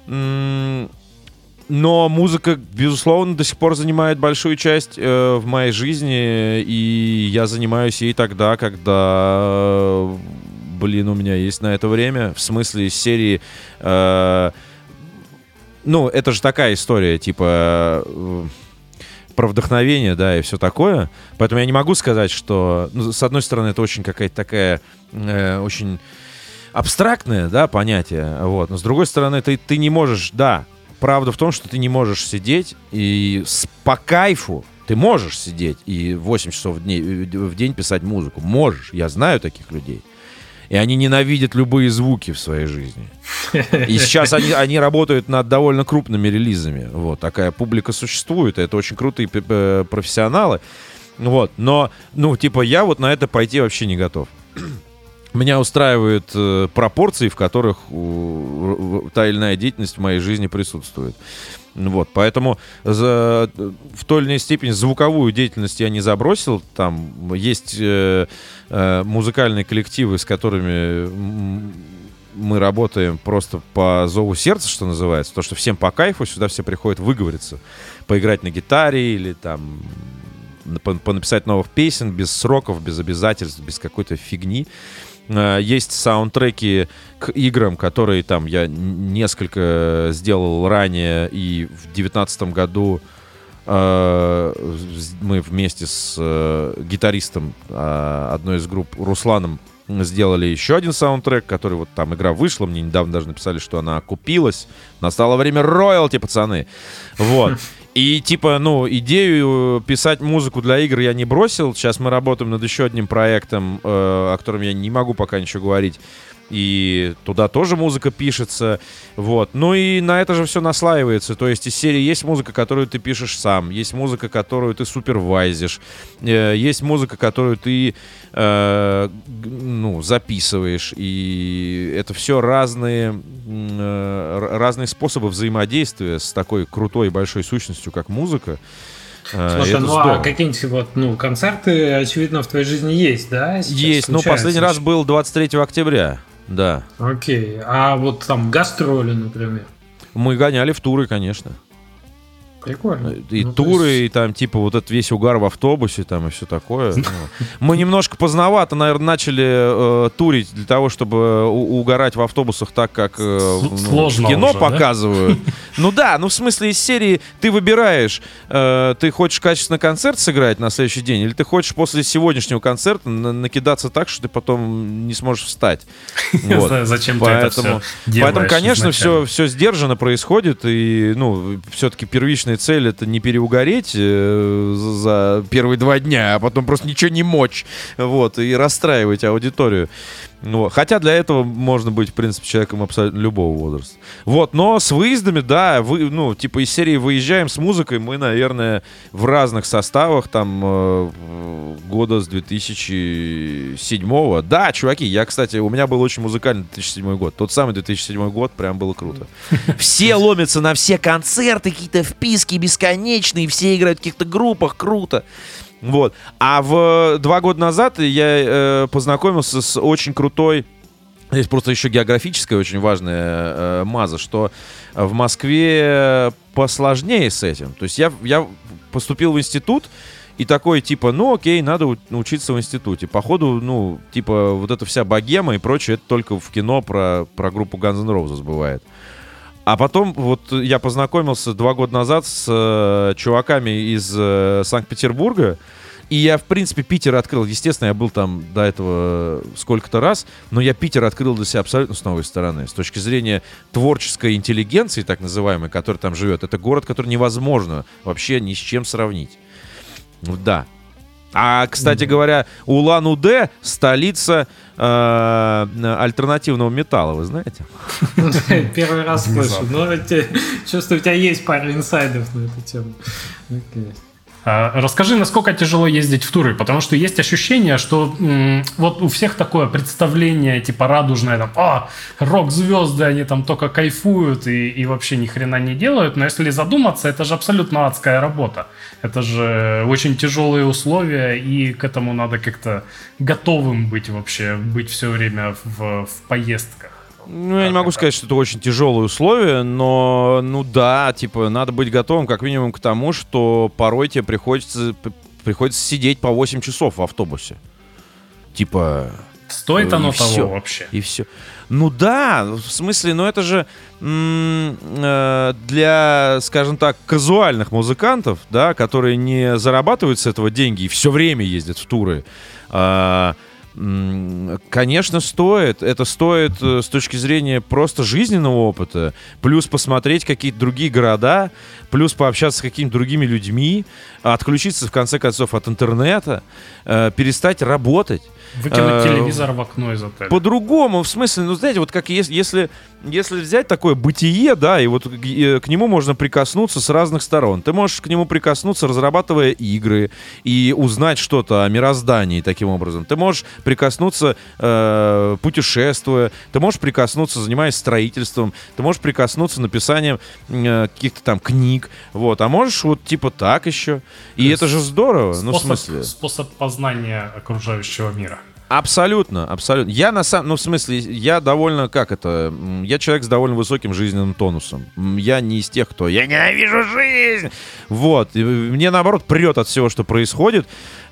Но музыка, безусловно, до сих пор занимает большую часть в моей жизни, и я занимаюсь ей тогда, когда, у меня есть на это время. В смысле, из серии... это же такая история, типа... про вдохновение, да, и все такое. Поэтому я не могу сказать, что... с одной стороны, это очень какая-то такая... очень абстрактное, да, понятие. Вот. Но с другой стороны, ты не можешь... Да, правда в том, что ты не можешь сидеть и по кайфу ты можешь сидеть и 8 часов в день писать музыку. Можешь. Я знаю таких людей. И они ненавидят любые звуки в своей жизни. И сейчас они работают над довольно крупными релизами. Вот. Такая публика существует. Это очень крутые профессионалы. Вот. Но, я вот на это пойти вообще не готов. Меня устраивают пропорции, в которых та или иная деятельность в моей жизни присутствует. Вот, поэтому в той или иной степени звуковую деятельность я не забросил. Там есть музыкальные коллективы, с которыми мы работаем просто по зову сердца, что называется. То, что всем по кайфу, сюда все приходят выговориться, поиграть на гитаре или там понаписать новых песен без сроков, без обязательств, без какой-то фигни. Есть саундтреки к играм, которые там я несколько сделал ранее, и в 2019 году мы вместе с гитаристом одной из групп Русланом сделали еще один саундтрек, который вот там игра вышла, мне недавно даже написали, что она окупилась. Настало время роялти, пацаны. Вот. И идею писать музыку для игр я не бросил. Сейчас мы работаем над еще одним проектом, о котором я не могу пока ничего говорить. И туда тоже музыка пишется. Вот. И на это же все наслаивается. То есть из серии есть музыка, которую ты пишешь сам. Есть музыка, которую ты супервайзишь. Есть музыка, которую ты записываешь. И это все разные способы взаимодействия с такой крутой и большой сущностью, как музыка.
Слушай, а какие-нибудь концерты, очевидно, в твоей жизни есть, да?
Есть, последний раз был 23 октября, да.
Окей, а вот там гастроли, например?
Мы гоняли в туры, конечно.
Прикольно.
И туры, и там вот этот весь угар в автобусе, там и все такое. Мы немножко поздновато, наверное, начали турить для того, чтобы угорать в автобусах так, как в кино уже, показывают. Да? В смысле из серии ты выбираешь, ты хочешь качественно концерт сыграть на следующий день, или ты хочешь после сегодняшнего концерта накидаться так, что ты потом не сможешь встать.
Не знаю, зачем ты это все делаешь.
Поэтому, конечно, все сдержанно происходит, и все-таки первичная цель — это не переугореть за первые 2 дня, а потом просто ничего не мочь, и расстраивать аудиторию. Хотя для этого можно быть, в принципе, человеком абсолютно любого возраста. Но с выездами, да, из серии выезжаем с музыкой мы, наверное, в разных составах, там, года с 2007-го. Да, чуваки, кстати, у меня был очень музыкальный 2007 год. Тот самый 2007 год, прям было круто. Все ломятся на все концерты, какие-то вписки бесконечные, все играют в каких-то группах, круто. А 2 года назад я познакомился с очень крутой, здесь просто еще географическая очень важная маза, что в Москве посложнее с этим. То есть я поступил в институт, и такой, окей, надо учиться в институте. Походу, вот эта вся богема и прочее, это только в кино про группу Guns N' Roses бывает. А потом я познакомился 2 года назад с чуваками из Санкт-Петербурга, и я, в принципе, Питер открыл. Естественно, я был там до этого сколько-то раз, но я Питер открыл для себя абсолютно с новой стороны. С точки зрения творческой интеллигенции, так называемой, которая там живет, это город, который невозможно вообще ни с чем сравнить. Да. А, кстати говоря, Улан-Удэ — столица альтернативного металла, вы знаете?
Первый раз слышу. Чувствую, у тебя есть пара инсайдов на эту тему.
Расскажи, насколько тяжело ездить в туры, потому что есть ощущение, что вот у всех такое представление типа радужное, там, рок-звезды, они там только кайфуют и вообще ни хрена не делают, но если задуматься, это же абсолютно адская работа. Это же очень тяжелые условия, и к этому надо как-то готовым быть вообще, быть все время в поездках.
Ну, я не могу сказать, что это очень тяжелые условия, но, ну да, типа, надо быть готовым как минимум к тому, что порой тебе приходится сидеть по 8 часов в автобусе. Типа...
Стоит оно того вообще?
И все. Ну да, в смысле, ну это же для, скажем так, казуальных музыкантов, да, которые не зарабатывают с этого деньги и все время ездят в туры, конечно, стоит. Это стоит с точки зрения просто жизненного опыта. Плюс посмотреть какие-то другие города, плюс пообщаться с какими-то другими людьми, отключиться, в конце концов, от интернета, перестать работать.
Выкинуть телевизор в окно из отеля.
По-другому, в смысле, ну, знаете, вот как если взять такое бытие, да, и вот к нему можно прикоснуться с разных сторон. Ты можешь к нему прикоснуться, разрабатывая игры, и узнать что-то о мироздании таким образом. Ты можешь прикоснуться, путешествуя, ты можешь прикоснуться, занимаясь строительством, ты можешь прикоснуться написанием каких-то там книг, вот, а можешь вот типа так еще. И это же здорово.
Способ познания окружающего мира.
Абсолютно, абсолютно. Я я довольно, я человек с довольно высоким жизненным тонусом. Я не из тех, кто «я ненавижу жизнь». Вот. И мне, наоборот, прет от всего, что происходит.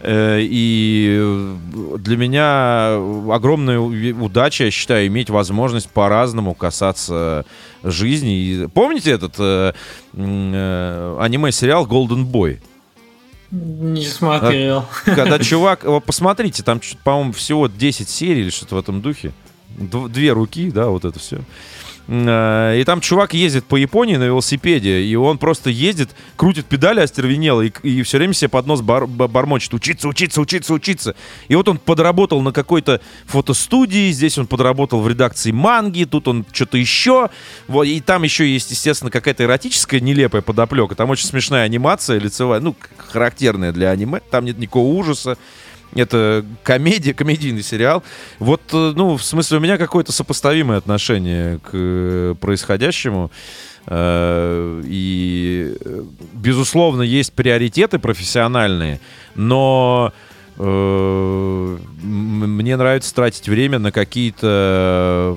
И для меня огромная удача, я считаю, иметь возможность по-разному касаться жизни. И помните этот аниме-сериал «Golden Boy»?
Не смотрел.
Когда чувак... Посмотрите, там, по-моему, всего 10 серий или что-то в этом духе. 2 руки, да, вот это все. И там чувак ездит по Японии на велосипеде, и он просто ездит, крутит педали остервенело и все время себе под нос бормочет: учиться. И вот он подработал на какой-то фотостудии, здесь он подработал в редакции манги, тут он что-то еще. Вот, и там еще есть, естественно, какая-то эротическая нелепая подоплека. Там очень смешная анимация лицевая, ну, характерная для аниме. Там нет никакого ужаса. Это комедийный сериал. Вот, ну, в смысле, у меня какое-то сопоставимое отношение к происходящему. И, безусловно, есть приоритеты профессиональные, но мне нравится тратить время на какие-то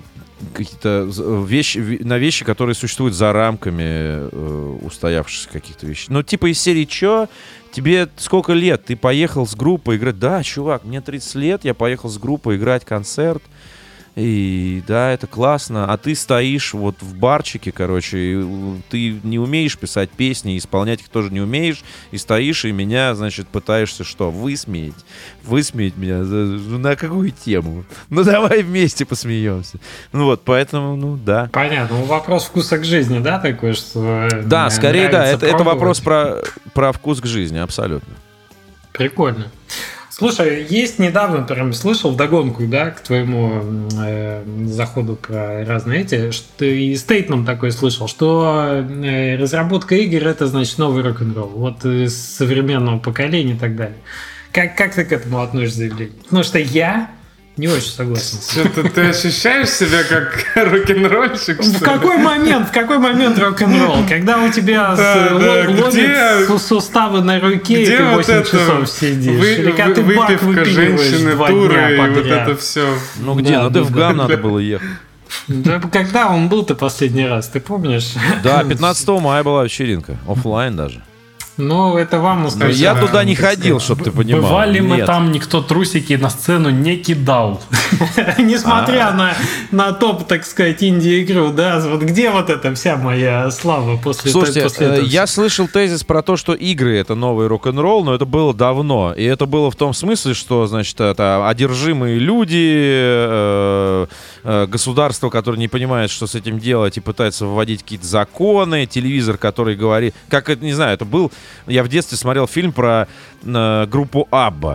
вещи, которые существуют за рамками устоявшихся каких-то вещей. Ну, типа из серии «Чё? Тебе сколько лет? Ты поехал с группой играть?» Да, чувак, мне 30 лет, я поехал с группой играть концерт. И да, это классно. А ты стоишь вот в барчике, короче, и ты не умеешь писать песни, исполнять их тоже не умеешь, и стоишь, и меня, значит, пытаешься что? Высмеять меня. На какую тему? Ну, давай вместе посмеемся. Ну вот, поэтому, ну, да.
Понятно. Вопрос вкуса к жизни, да, такой, что...
Да, скорее, да. Это вопрос про вкус к жизни, абсолютно.
Прикольно. Слушай, есть недавно, прям слышал вдогонку, да, к твоему заходу про разные эти, что и стейтмент такой слышал, что разработка игр — это, значит, новый рок-н-ролл, вот из современного поколения и так далее. Как ты к этому относишься, заявление? Потому что я не очень согласен.
Что-то ты ощущаешь себя как рок-н-ролльщик?
В какой момент рок-н-ролл? Когда у тебя ломят суставы на руке, и ты 8 часов сидишь? Или когда ты бак выпиваешь 2 дня подряд?
Вот это все.
Ну где? Ну в ГАМ надо было ехать.
Да когда он был-то последний раз, ты помнишь?
Да, 15 мая была вечеринка, офлайн даже.
Ну, это вам сказать.
Я туда не ходил, чтобы ты понимал.
Бывали мы там, никто трусики на сцену не кидал.
Несмотря на топ, так сказать, инди-игру, да, вот где вот эта вся моя слава после этого?
Слушайте, я слышал тезис про то, что игры — это новый рок-н-ролл, но это было давно. И это было в том смысле, что, значит, это одержимые люди, государство, которое не понимает, что с этим делать, и пытается вводить какие-то законы, телевизор, который говорит... Как это, не знаю, это был... Я в детстве смотрел фильм про группу Абба.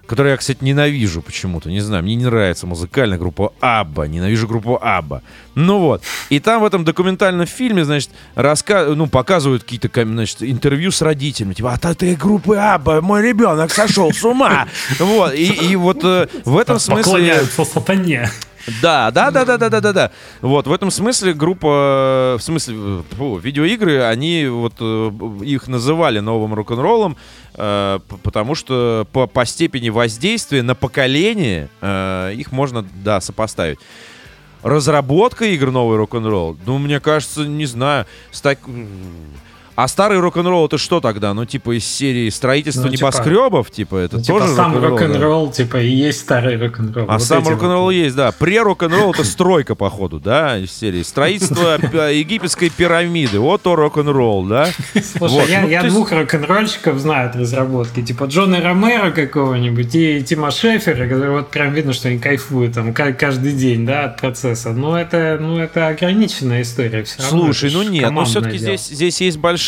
которую я, кстати, ненавижу почему-то, не знаю, мне не нравится музыкальная группа Абба, ненавижу группу Абба. Ну вот, и там в этом документальном фильме, значит, показывают какие-то, значит, интервью с родителями, типа, а ты группы Абба, мой ребенок сошел с ума. Вот, и вот в этом смысле...
Поклоняются сатане.
Да. Вот, в этом смысле группа, видеоигры, они вот их называли новым рок-н-роллом, потому что по степени воздействия на поколение их можно, да, сопоставить. Разработка игр новый рок-н-ролл, мне кажется, не знаю, А старый рок-н-ролл это что тогда? Ну, типа из серии строительства небоскребов, типа это тоже
сам рок-н-ролл,
да?
типа и есть старый рок-н-ролл.
А вот сам рок-н-ролл есть, да. Пре-рок-н-ролл это стройка, походу, да, из серии строительство египетской пирамиды. Вот то рок-н-ролл, да.
Слушай, я двух рок-н-ролльщиков знаю от разработки, типа Джона Ромеро какого-нибудь и Тима Шефера, которые вот прям видно, что они кайфуют там каждый день, да, от процесса. Но это ограниченная история. Все равно.
Слушай, нет, но все-таки здесь есть большая,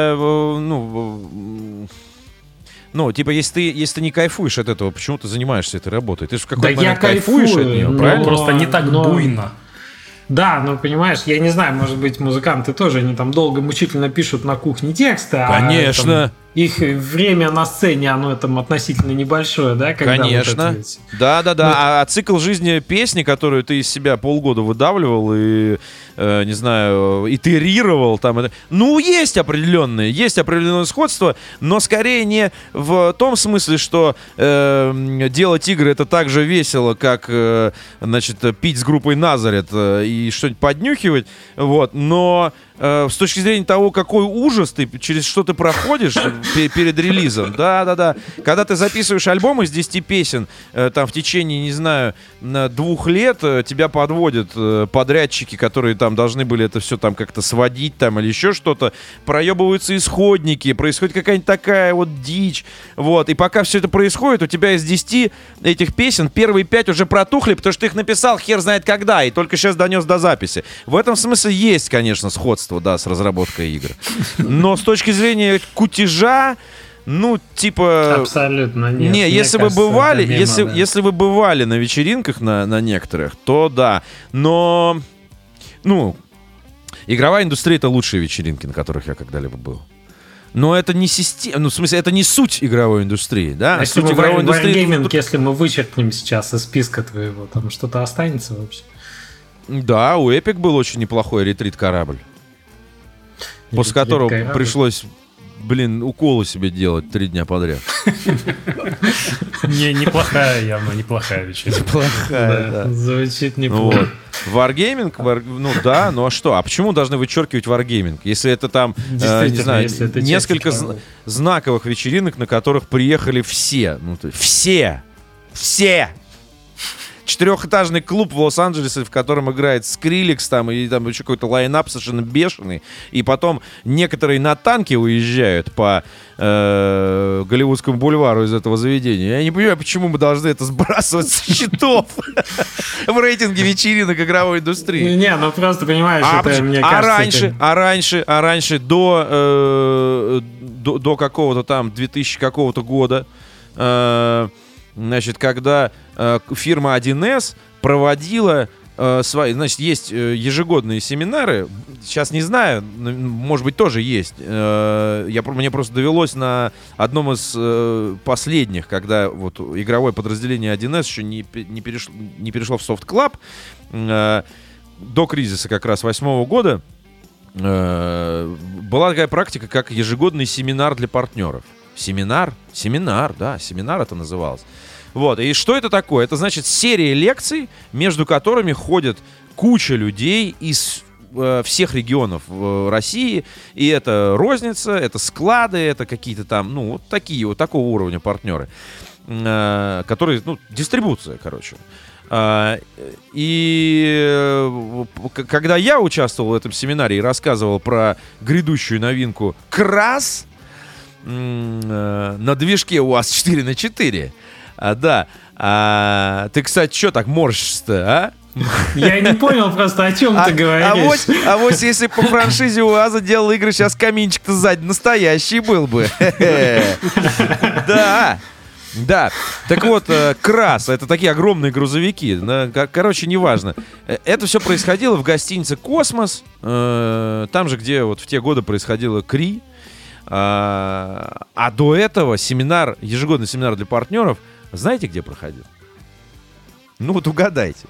типа, если ты не кайфуешь от этого, почему ты занимаешься этой работой? Ты же в какой-то момент кайфуешь от нее, правильно?
Просто не так буйно.
Да, понимаешь, я не знаю, может быть, музыканты тоже, они там долго мучительно пишут на кухне тексты.
Конечно.
Их время на сцене, оно там относительно небольшое, да?
Конечно. Да. А цикл жизни песни, которую ты из себя полгода выдавливал и, не знаю, итерировал, там, есть определенное сходство, но скорее не в том смысле, что делать игры это так же весело, как, значит, пить с группой Назарет и что-нибудь поднюхивать, вот, но с точки зрения того, какой ужас ты, через что ты проходишь перед релизом, да. Когда ты записываешь альбом из 10 песен, там в течение, не знаю, 2 лет тебя подводят подрядчики, которые там должны были это все там как-то сводить там или еще что-то, проебываются исходники, происходит какая-нибудь такая вот дичь, вот, и пока все это происходит, у тебя из 10 этих песен первые 5 уже протухли, потому что ты их написал хер знает когда, и только сейчас донес до записи. В этом смысле есть, конечно, сходство, да, с разработкой игр. Но с точки зрения кутежа,
абсолютно нет.
Не, если вы бывали на вечеринках на некоторых, то да. Но, игровая индустрия — это лучшие вечеринки, на которых я когда-либо был. Но это не система, в смысле, это не суть игровой индустрии, да?
Если мы Wargaming, если мы вычеркнем сейчас из списка твоего, там что-то останется вообще?
Да, у Epic был очень неплохой ретрит-корабль. После которого пришлось, уколы себе делать 3 дня подряд.
Неплохая вечеринка.
Неплохая, да.
Звучит неплохо.
Wargaming, а что? А почему должны вычеркивать Wargaming? Если это там, не знаю, несколько знаковых вечеринок, на которых приехали все. Все! 4-этажный клуб в Лос-Анджелесе, в котором играет Скриликс, там, и там еще какой-то лайнап совершенно бешеный. И потом некоторые на танке уезжают по Голливудскому бульвару из этого заведения. Я не понимаю, почему мы должны это сбрасывать с счетов в рейтинге вечеринок игровой индустрии.
Просто понимаешь, это мне кажется...
А раньше до какого-то там 2000 какого-то года, значит, когда фирма 1С проводила свои, значит, есть ежегодные семинары, сейчас не знаю, может быть, тоже есть. Мне просто довелось на одном из последних, когда вот игровое подразделение 1С еще не перешло в Soft Club, до кризиса как раз 2008 года, была такая практика, как ежегодный семинар для партнеров. Семинар это называлось. Вот, и что это такое? Это значит серия лекций, между которыми ходят куча людей из всех регионов России. И это розница, это склады, это какие-то там, вот такого уровня партнеры, которые, дистрибуция, короче. И когда я участвовал в этом семинаре и рассказывал про грядущую новинку КРАС на движке УАЗ-4×4, да. Ты, кстати, что так морщишься-то, а?
Я не понял просто, о чем ты говоришь.
А вот если по франшизе УАЗа делал игры, сейчас каминчик-то сзади настоящий был бы. Да. Да, так вот, КРАС, это такие огромные грузовики, короче, неважно. Это все происходило в гостинице «Космос», там же, где вот в те годы происходило КРИ. А до этого ежегодный семинар для партнеров, знаете, где проходил? Ну вот угадайте.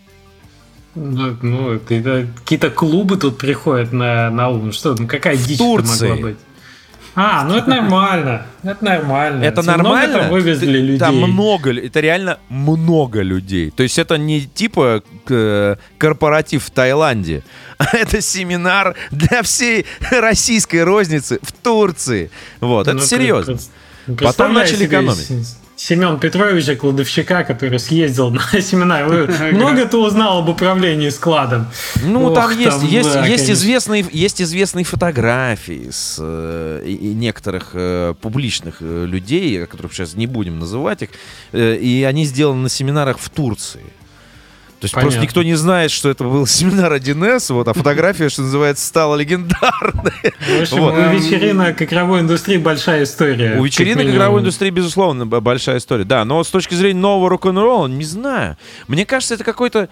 Ну, какие-то клубы тут приходят на ум. Что, какая дичь могла быть? Ну это нормально. Это нормально.
Это нормально?
Много там вывезли людей.
Там это реально много людей. То есть это не типа корпоратив в Таиланде, а это семинар для всей российской розницы в Турции. Вот, это серьезно. Потом начали экономить.
Семен Петровича, кладовщика, который съездил на семинар. Много-то узнал об управлении складом.
Ну, там есть известные фотографии с некоторых публичных людей, о которых сейчас не будем называть их, и они сделаны на семинарах в Турции. То есть просто никто не знает, что это был семинар 1С, а фотография, что называется, стала легендарной.
В общем, у вечеринок игровой индустрии большая история.
У вечеринок игровой индустрии, безусловно, большая история. Да, но с точки зрения нового рок-н-ролла, не знаю. Мне кажется, это какое-то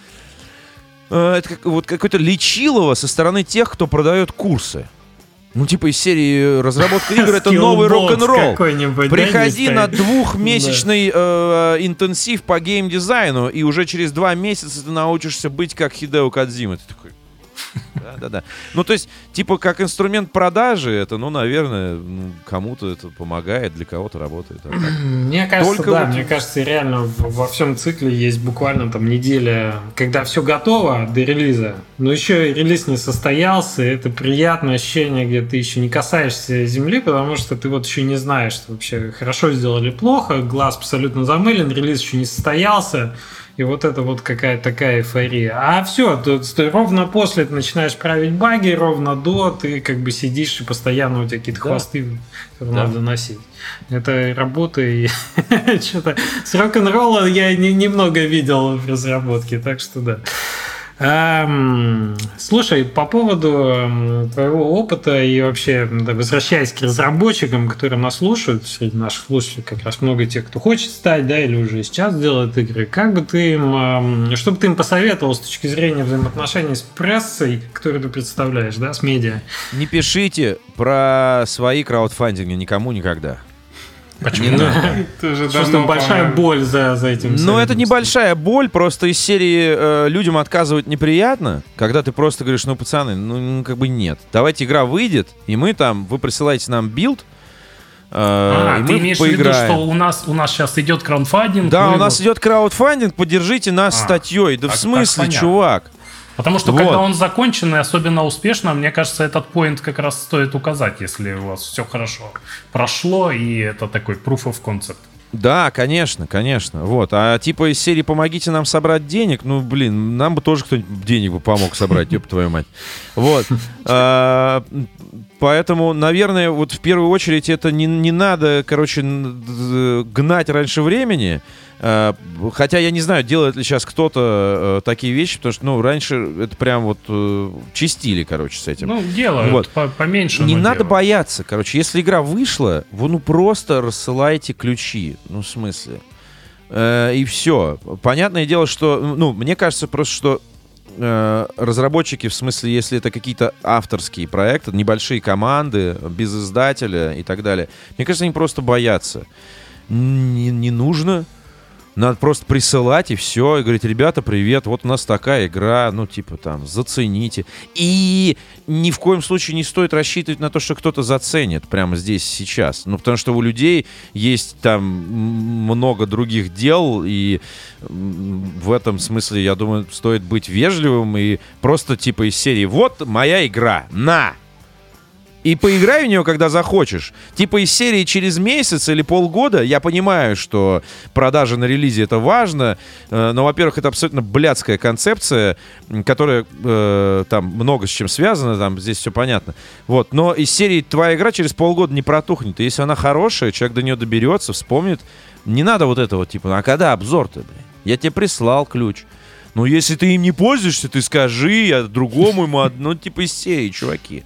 лечилово со стороны тех, кто продает курсы. Ну, типа из серии разработка игр — это новый рок-н-ролл. Приходи на 2-месячный интенсив по геймдизайну, и уже через 2 месяца ты научишься быть как Хидео Кодзима. Ты такой... Да. Ну, то есть, типа, как инструмент продажи, это, наверное, кому-то это помогает, для кого-то работает.
Мне кажется, мне кажется, реально во всем цикле есть буквально там неделя, когда все готово до релиза, но еще и релиз не состоялся, это приятное ощущение, где ты еще не касаешься земли, потому что ты вот еще не знаешь, что вообще хорошо сделали, плохо, глаз абсолютно замылен, релиз еще не состоялся. И вот это вот какая-то такая эйфория. А все, ты ровно после ты начинаешь править баги, ровно до ты как бы сидишь и постоянно у тебя какие-то хвосты, которые надо носить. Это работа, и что-то с рок-н-ролла я немного видел в разработке, так что да. Слушай, по поводу твоего опыта и вообще, возвращаясь к разработчикам, которые нас слушают, среди наших слушателей как раз много тех, кто хочет стать, да, или уже сейчас делает игры, как бы ты им, что бы ты им посоветовал с точки зрения взаимоотношений с прессой, которую ты представляешь, да, с медиа?
Не пишите про свои краудфандинги никому никогда.
Почему? Что большая боль за этим.
Ну, это небольшая боль, просто из серии людям отказывать неприятно, когда ты просто говоришь, пацаны, как бы нет. Давайте игра выйдет, и вы присылаете нам билд,
ты имеешь в виду, что у нас сейчас идет краудфандинг?
Да, у нас идет краудфандинг, поддержите нас статьей. Да в смысле, чувак?
Потому что когда он закончен и особенно успешно, мне кажется, этот поинт как раз стоит указать, если у вас все хорошо прошло, и это такой proof of concept.
Да, конечно. Вот. А типа из серии «Помогите нам собрать денег», нам бы тоже кто-нибудь денег бы помог собрать, ёб твою мать. Вот. Поэтому, наверное, вот в первую очередь это не надо, гнать раньше времени. Хотя я не знаю, делает ли сейчас кто-то такие вещи, потому что, раньше это прям вот чистили, с этим.
Делают, поменьше.
Не надо бояться, если игра вышла, просто рассылайте ключи, в смысле. И все. Понятное дело, что, мне кажется просто, что разработчики, в смысле, если это какие-то авторские проекты, небольшие команды, без издателя и так далее, мне кажется, они просто боятся. Не нужно. Надо просто присылать и все, и говорить: ребята, привет, вот у нас такая игра, зацените. И ни в коем случае не стоит рассчитывать на то, что кто-то заценит прямо здесь сейчас. Потому что у людей есть там много других дел, и в этом смысле, я думаю, стоит быть вежливым и просто из серии: вот моя игра, на! И поиграй в нее, когда захочешь. Из серии через месяц или полгода. Я понимаю, что продажи на релизе — это важно. Но, во-первых, это абсолютно блядская концепция, которая там много с чем связана. Здесь все понятно. Вот. Но из серии твоя игра через полгода не протухнет. И если она хорошая, человек до нее доберется, вспомнит. Не надо вот этого а когда обзор-то, блядь? Я тебе прислал ключ. Если ты им не пользуешься, ты скажи, я другому ему из серии, чуваки.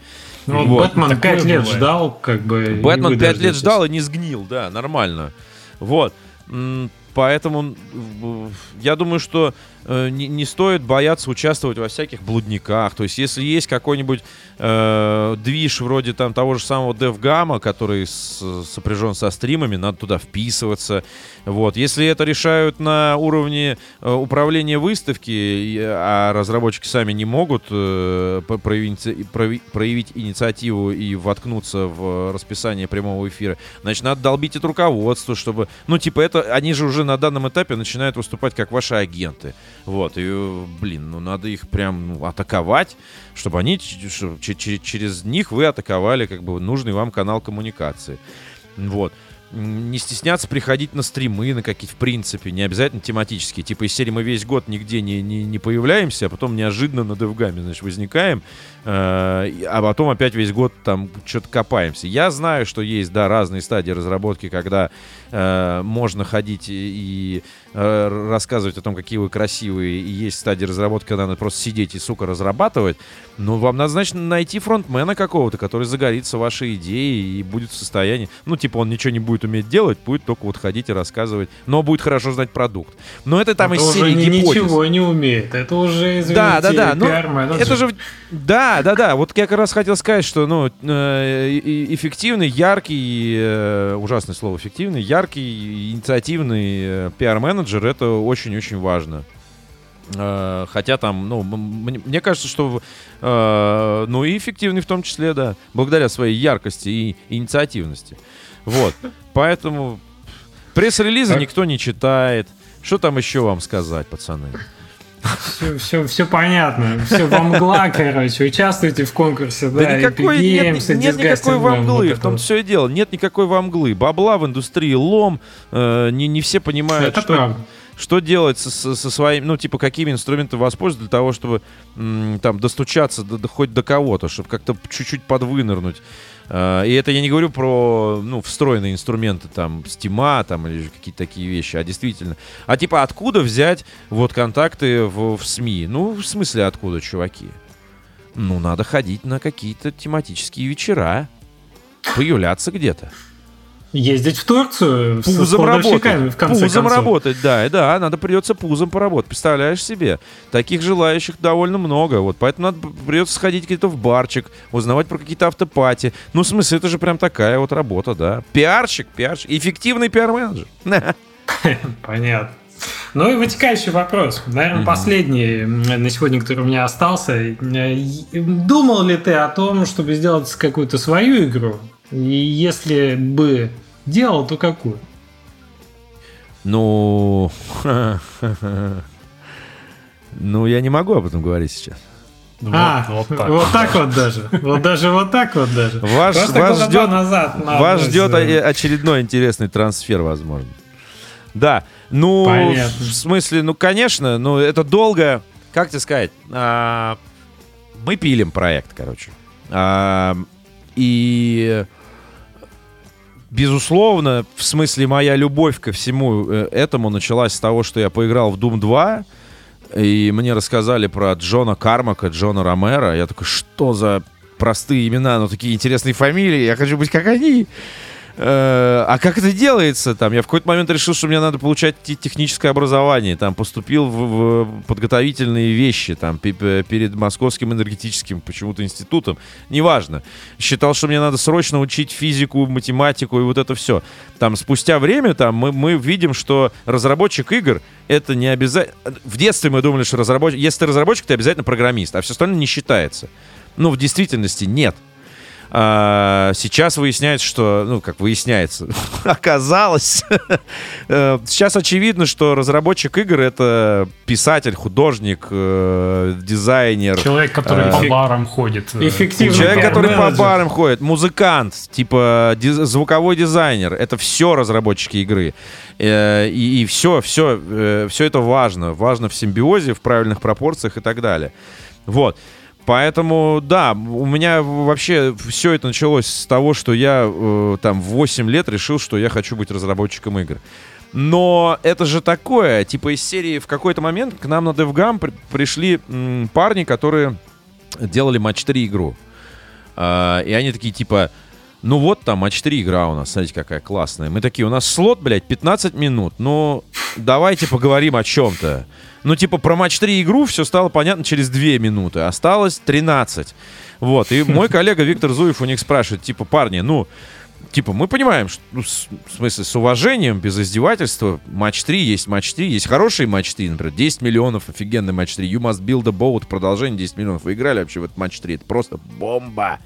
Бэтмен 5 лет ждал,
Бэтмен 5 лет ждал и не сгнил, да, нормально. Вот. Поэтому я думаю, что не стоит бояться участвовать во всяких блудниках. То есть, если есть какой-нибудь движ вроде там того же самого DevGamma, который сопряжен со стримами, надо туда вписываться. Вот. Если это решают на уровне управления выставки, а разработчики сами не могут проявить инициативу и воткнуться в расписание прямого эфира, значит, надо долбить это руководство, чтобы... Ну, типа, это они же уже на данном этапе начинают выступать как ваши агенты. Вот, и, блин, ну надо их прям атаковать, чтобы они, через них вы атаковали как бы нужный вам канал коммуникации. Вот. Не стесняться приходить на стримы, на какие-то, в принципе, не обязательно тематические. Типа из серии мы весь год нигде не появляемся, а потом неожиданно на DevGamma, значит, возникаем, а потом опять весь год там что-то копаемся. Я знаю, что есть, да, разные стадии разработки, когда можно ходить и рассказывать о том, какие вы красивые, и есть стадии разработки, когда надо просто сидеть и, сука, разрабатывать. Но вам надо, значит, найти фронтмена какого-то, который загорится вашей идеей и будет в состоянии... Ну, типа, он ничего не будет уметь делать, будет только вот ходить и рассказывать, но будет хорошо знать продукт. Но это там
это
из серии гипотез.
Ничего не умеет. Это уже, извините,
пиар-менеджер. Это же... Да. Вот я как раз хотел сказать, что, ну, эффективный, яркий, ужасное слово, эффективный, яркий, инициативный пиар-менеджер, это очень-очень важно. Хотя там, ну, мне кажется, что, ну, и эффективный в том числе, да, благодаря своей яркости и инициативности. Вот, поэтому пресс-релизы никто не читает. Что там еще вам сказать, пацаны?
Все понятно, все во мгла, короче, участвуйте в конкурсе, да,
никакой, нет никакой во мглы, в том все и дело, нет никакой во мглы, бабла в индустрии лом, не все понимают, что делать со своими, ну, типа, какими инструментами воспользоваться для того, чтобы там достучаться хоть до кого-то, чтобы как-то чуть-чуть подвынырнуть. И это я не говорю про, ну, встроенные инструменты, там, Steam, там, или какие-то такие вещи, а действительно. А типа, откуда взять вот контакты в СМИ? Ну, в смысле, откуда, чуваки? Ну, надо ходить на какие-то тематические вечера, появляться где-то.
Ездить в Турцию
пузом работать,
в конце
пузом
концов.
Работать, да, надо придется пузом поработать. Представляешь себе? Таких желающих довольно много. Вот, поэтому придется сходить где-то в барчик, узнавать про какие-то автопати. Ну, в смысле, это же прям такая вот работа, да. Пиарщик, эффективный пиар-менеджер.
Понятно. Ну и вытекающий вопрос. Наверное, последний на сегодня, который у меня остался. Думал ли ты о том, чтобы сделать какую-то свою игру? И если бы делал, то какую?
Ну, я не могу об этом говорить сейчас.
Вот так вот даже. Вот даже вот так вот даже.
Вас ждет очередной интересный трансфер, возможно. Да, ну, понятно. В смысле, ну, конечно, ну, это долго, как тебе сказать, мы пилим проект, короче. И, безусловно, в смысле, моя любовь ко всему этому началась с того, что я поиграл в Doom 2, и мне рассказали про Джона Кармака, Джона Ромеро. Я такой, что за простые имена, но такие интересные фамилии, я хочу быть как они. А как это делается? Там, я в какой-то момент решил, что мне надо получать техническое образование. Там, поступил в подготовительные вещи там, перед Московским энергетическим почему-то институтом. Неважно. Считал, что мне надо срочно учить физику, математику и вот это все. Там, спустя время там, мы видим, что разработчик игр это не обязательно... В детстве мы думали, что если ты разработчик, ты обязательно программист, а все остальное не считается. Ну, в действительности нет. Сейчас выясняется, что, ну, как выясняется, оказалось, сейчас очевидно, что разработчик игр — это писатель, художник, дизайнер.
Человек, который по барам ходит.
Эффективный.
Человек, который по барам ходит. Музыкант, типа звуковой дизайнер. Это все разработчики игры. И все это важно. Важно в симбиозе, в правильных пропорциях и так далее. Вот. Поэтому, да, у меня вообще все это началось с того, что я там в 8 лет решил, что я хочу быть разработчиком игр. Но это же такое, типа из серии в какой-то момент к нам на DevGam пришли парни, которые делали матч 3 игру. И они такие типа, ну вот там матч 3 игра у нас, смотрите, какая классная. Мы такие, у нас слот, блядь, 15 минут, ну давайте поговорим о чем-то. Ну типа про матч 3 игру все стало понятно через 2 минуты, осталось 13. Вот, и мой коллега Виктор Зуев у них спрашивает, типа, парни, ну, типа, мы понимаем, что, ну, в смысле, с уважением, без издевательства, матч 3, есть хороший матч 3, например, 10 миллионов, офигенный матч 3, You Must Build a Boat, продолжение 10 миллионов. Вы играли вообще в этот матч 3, это просто бомба.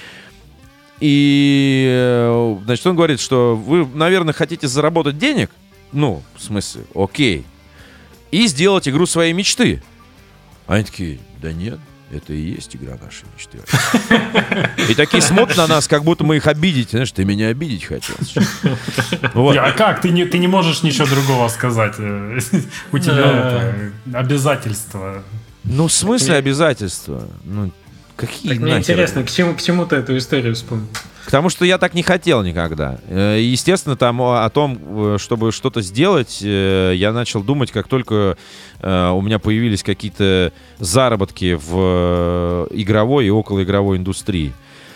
И, значит, он говорит, что вы, наверное, хотите заработать денег, ну, в смысле, окей, и сделать игру своей мечты. А они такие, да нет. Это и есть игра нашей мечты. И такие смотрят на нас, как будто мы их обидеть. Знаешь, ты меня обидеть хотел.
Вот. А как? Ты не можешь ничего другого сказать. У тебя обязательства.
Ну, в смысле обязательства? Ну, какие
так мне интересно, к чему ты эту историю вспомнил?
К тому, что я так не хотел никогда. Естественно, там о том, чтобы что-то сделать, я начал думать, как только у меня появились какие-то заработки в игровой и околоигровой индустрии.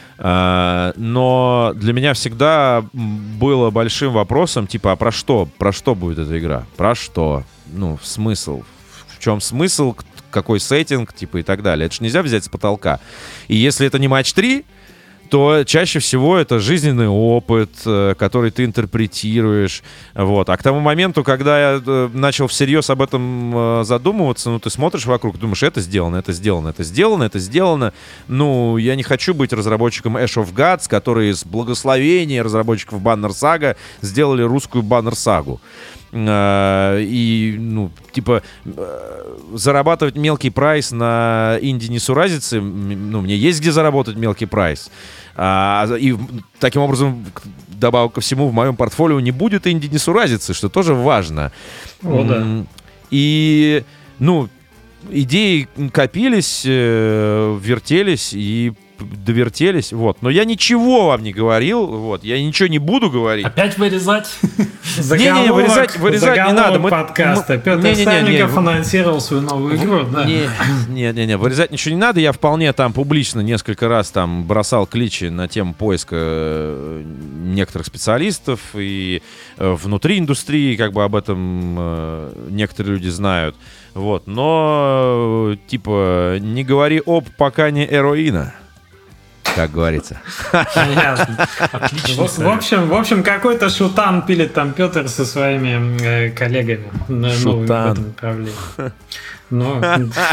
Но для меня всегда было большим вопросом, типа, а про что? Про что будет эта игра? Про что? Ну, смысл? В чем смысл? Какой сеттинг? Типа, и так далее. Это же нельзя взять с потолка. И если это не матч 3, то чаще всего это жизненный опыт, который ты интерпретируешь. Вот. А к тому моменту, когда я начал всерьез об этом задумываться, ну, ты смотришь вокруг, думаешь, это сделано, это сделано, это сделано, это сделано. Ну, я не хочу быть разработчиком Ash of Gods, которые с благословения разработчиков Banner Saga сделали русскую Banner Saga. И, ну, типа, зарабатывать мелкий прайс на инди-несуразице, ну, мне есть где заработать мелкий прайс. И таким образом, добавок ко всему, в моем портфолио не будет инди-несуразицы, что тоже важно.
О, да.
И, ну, идеи копились, вертелись и довертелись, вот. Но я ничего вам не говорил, вот. Я ничего не буду говорить.
Опять вырезать?
Не, вырезать не надо.
Подкаста. Петр Сальников анонсировал свою новую игру, да?
Не, вырезать ничего не надо. Я вполне там публично несколько раз там бросал кличи на тему поиска некоторых специалистов, и внутри индустрии как бы об этом некоторые люди знают. Вот. Но, типа, не говори об, пока не эроина. Как говорится.
Понятно. Отлично. В общем, какой-то шутан пилит там Петр со своими коллегами.
Шутан.
В этом направлении. Ну,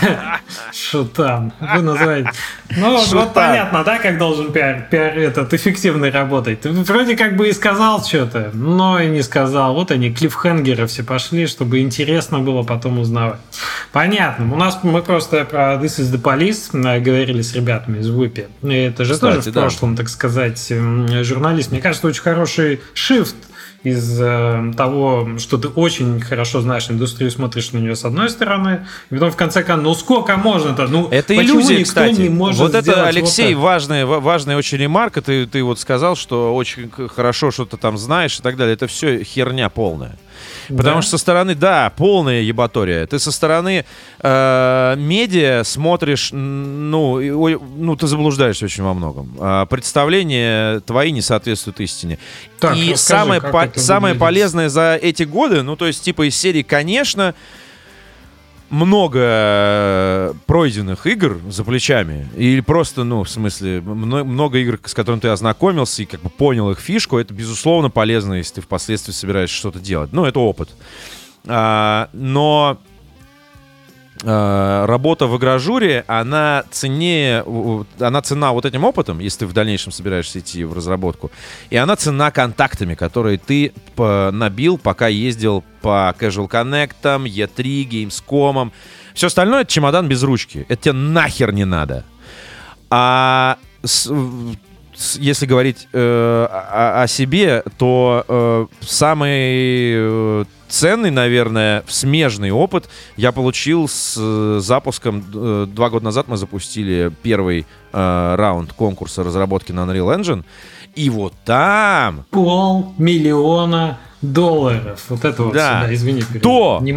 шутан. Вы называете. Ну, вот понятно, да, как должен пиар этот эффективный работать. Ты вроде как бы и сказал что-то, но и не сказал. Вот они, клиффхенгеры все пошли, чтобы интересно было потом узнавать. Понятно. Мы просто про This is the Police говорили с ребятами из ВУПи. Это же кстати, тоже в прошлом, так сказать, журналист. Мне кажется, очень хороший шифт из того, что ты очень хорошо знаешь индустрию, смотришь на нее с одной стороны, и потом в конце концов, ну сколько можно-то? Ну,
это иллюзия, кстати.
Не может
вот это, Алексей,
вот
важная очень ремарка. Ты вот сказал, что очень хорошо что-то там знаешь и так далее. Это все херня полная. Потому что со стороны, да, полная ебатория. Ты со стороны медиа смотришь, ну, ты заблуждаешься очень во многом. Представления твои не соответствуют истине. Так, и расскажи, самое полезное за эти годы, ну, то есть, типа, из серии, конечно, много пройденных игр за плечами, или просто, ну, в смысле, много игр, с которыми ты ознакомился и как бы понял их фишку, это, безусловно, полезно, если ты впоследствии собираешься что-то делать. Ну, это опыт. Но работа в игражуре, она цена вот этим опытом, если ты в дальнейшем собираешься идти в разработку, и она цена контактами, которые ты набил, пока ездил по Casual Connect'ам, E3, Gamescom'ам. Все остальное — это чемодан без ручки. Это тебе нахер не надо. Если говорить о себе, то самый ценный, наверное, смежный опыт я получил с запуском. 2 года назад мы запустили первый раунд конкурса разработки на Unreal Engine. И вот там...
500 000 долларов. Вот это вот сюда, извини.
Не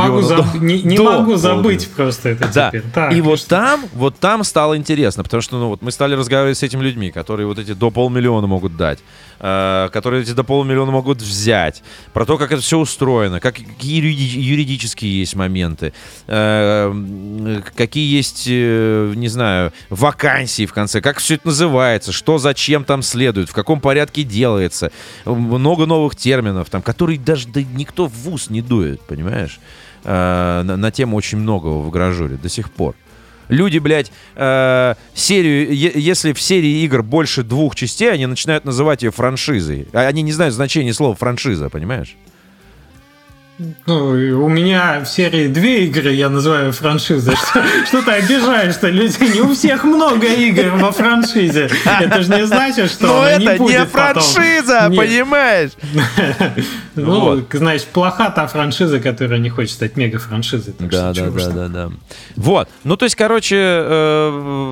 могу забыть просто это теперь.
Так, и вот там стало интересно, потому что вот мы стали разговаривать с этими людьми, которые вот эти до 500 000 могут дать, которые эти до 500 000 могут взять, про то, как это все устроено, какие юридические есть моменты, какие есть, не знаю, вакансии в конце, как все это называется, что зачем там следует, в каком порядке делается, много новых терминов, там, которые даже никто в вуз не дует, понимаешь? На тему очень многого в Гаражуре до сих пор. Люди, блядь, серию, если в серии игр больше 2 частей, они начинают называть ее франшизой. Они не знают значения слова франшиза, понимаешь?
Ну, у меня в серии 2 игры я называю франшизой. Что ты обижаешь, что люди не у всех много игр во франшизе. Это же не значит, что она не будет.
Но это не франшиза, понимаешь?
Ну, значит, плоха та франшиза, которая не хочет стать мега-франшизой.
Да. Вот. Ну, то есть, короче,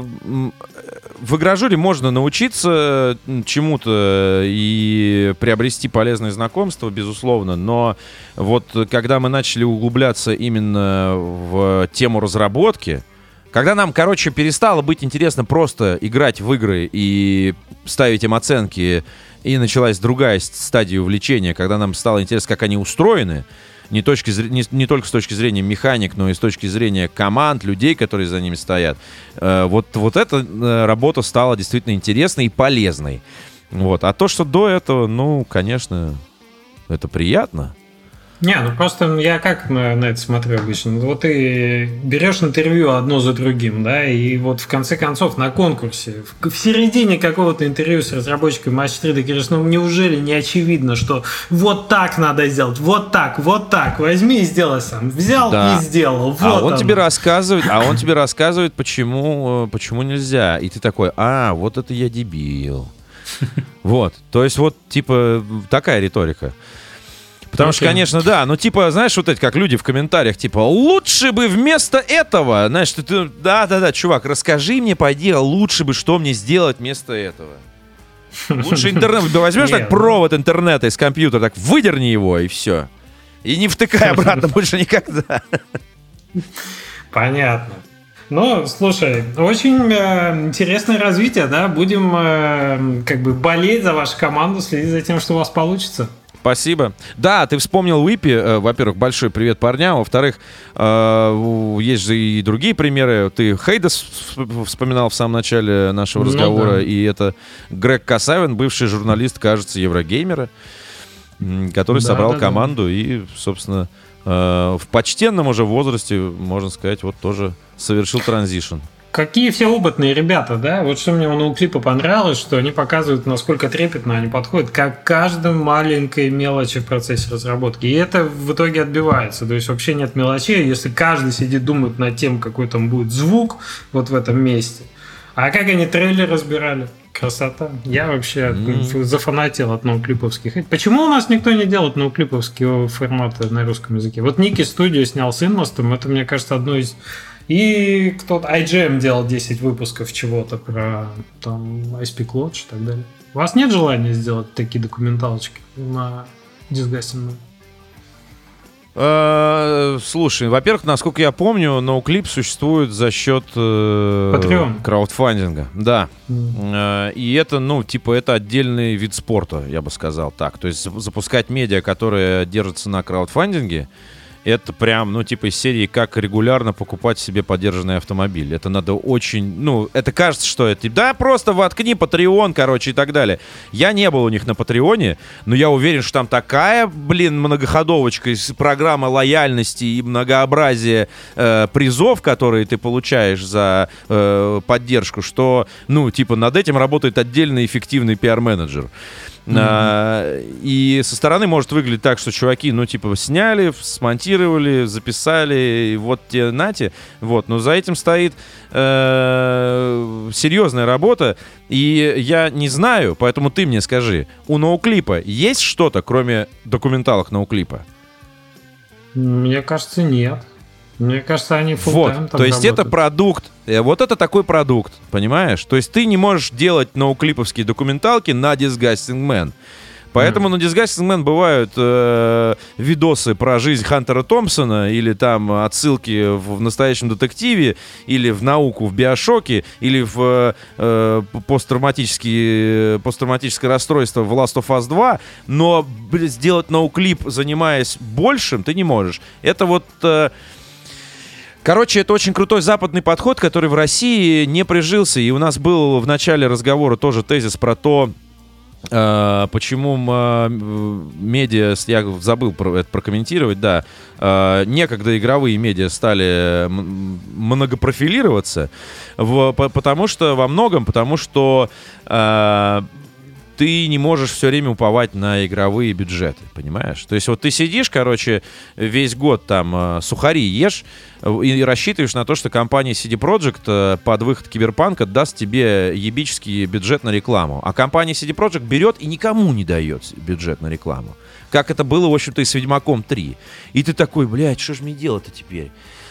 в Игражуре можно научиться чему-то и приобрести полезные знакомства, безусловно, но вот когда мы начали углубляться именно в тему разработки, когда нам, короче, перестало быть интересно просто играть в игры и ставить им оценки, и началась другая стадия увлечения, когда нам стало интересно, как они устроены, не только с точки зрения механик, но и с точки зрения команд, людей, которые за ними стоят. Вот эта работа стала действительно интересной и полезной. Вот. А то, что до этого, ну, конечно, это приятно.
Не, ну просто я как на это смотрю обычно. Вот ты берешь интервью одно за другим, да, и вот в конце концов на конкурсе, в середине какого-то интервью с разработчиком Match 3 ты говоришь, ну неужели не очевидно, что вот так надо сделать, вот так, возьми и сделай сам. Взял и сделал. Вот
а он тебе рассказывает, почему нельзя. И ты такой, вот это я дебил. Вот, то есть вот типа такая риторика. Потому что, конечно, да, но типа, знаешь, вот эти, как люди в комментариях, типа, лучше бы вместо этого, знаешь, ты, да, чувак, расскажи мне, пойди, лучше бы, что мне сделать вместо этого. Лучше интернет, возьмешь так провод интернета из компьютера, так выдерни его, и все. И не втыкай обратно больше никогда.
Понятно. Ну, слушай, очень интересное развитие, да, будем как бы болеть за вашу команду, следить за тем, что у вас получится.
Спасибо. Да, ты вспомнил Уипи. Во-первых, большой привет парням. Во-вторых, есть же и другие примеры. Ты Хейдес вспоминал в самом начале нашего разговора. Да. И это Грег Касавин, бывший журналист, кажется, Еврогеймера, который собрал команду и, собственно, в почтенном уже возрасте, можно сказать, вот тоже совершил транзишн.
Какие все опытные ребята, да? Вот что мне у NoClip понравилось, что они показывают, насколько трепетно они подходят к каждой маленькой мелочи в процессе разработки. И это в итоге отбивается. То есть вообще нет мелочей, если каждый сидит, думает над тем, какой там будет звук вот в этом месте. А как они трейлер разбирали? Красота. Я вообще зафанатил от ноуклиповских. Почему у нас никто не делает ноуклиповские форматы на русском языке? Вот Ники Studio снял с Инмостом. Это, мне кажется, одно из... И кто-то IGM делал 10 выпусков чего-то про там ISP Lodge и так далее. У вас нет желания сделать такие документалочки на Disgusting Man?
Слушай, во-первых, насколько я помню, NoClip существует за счет краудфандинга. Да. И это, ну, типа, это отдельный вид спорта, я бы сказал так. То есть запускать медиа, которые держатся на краудфандинге, это прям, ну, типа из серии «Как регулярно покупать себе подержанный автомобиль». Это надо очень... Ну, это кажется, что это... Да, просто воткни Patreon, короче, и так далее. Я не был у них на Патреоне, но я уверен, что там такая, многоходовочка из программы лояльности и многообразия призов, которые ты получаешь за поддержку, что, ну, типа, над этим работает отдельный эффективный пиар-менеджер. И со стороны может выглядеть так, что чуваки, ну, типа, сняли, смонтировали, записали, и вот те, нате. Вот. Но за этим стоит серьезная работа. И я не знаю, поэтому ты мне скажи, у NoClip есть что-то, кроме документалок NoClip?
Мне кажется, нет. Мне кажется, они
full-time вот, то есть работают. Это продукт, вот это такой продукт, понимаешь? То есть ты не можешь делать ноуклиповские документалки на Disgusting Man. Поэтому на Disgusting Man бывают видосы про жизнь Хантера Томпсона, или там отсылки в «Настоящем детективе», или в науку в «Биошоке», или в посттравматическое расстройство в Last of Us 2, но сделать ноуклип, занимаясь большим, ты не можешь. Это вот... Короче, это очень крутой западный подход, который в России не прижился. И у нас был в начале разговора тоже тезис про то, почему медиа, я забыл это прокомментировать, да, некогда игровые медиа стали многопрофилироваться, потому что ты не можешь все время уповать на игровые бюджеты, понимаешь? То есть вот ты сидишь, короче, весь год там сухари ешь и рассчитываешь на то, что компания CD Projekt под выход Киберпанка даст тебе ебический бюджет на рекламу. А компания CD Projekt берет и никому не дает бюджет на рекламу. Как это было, в общем-то, и с Ведьмаком 3. И ты такой, блядь, что ж мне делать-то теперь?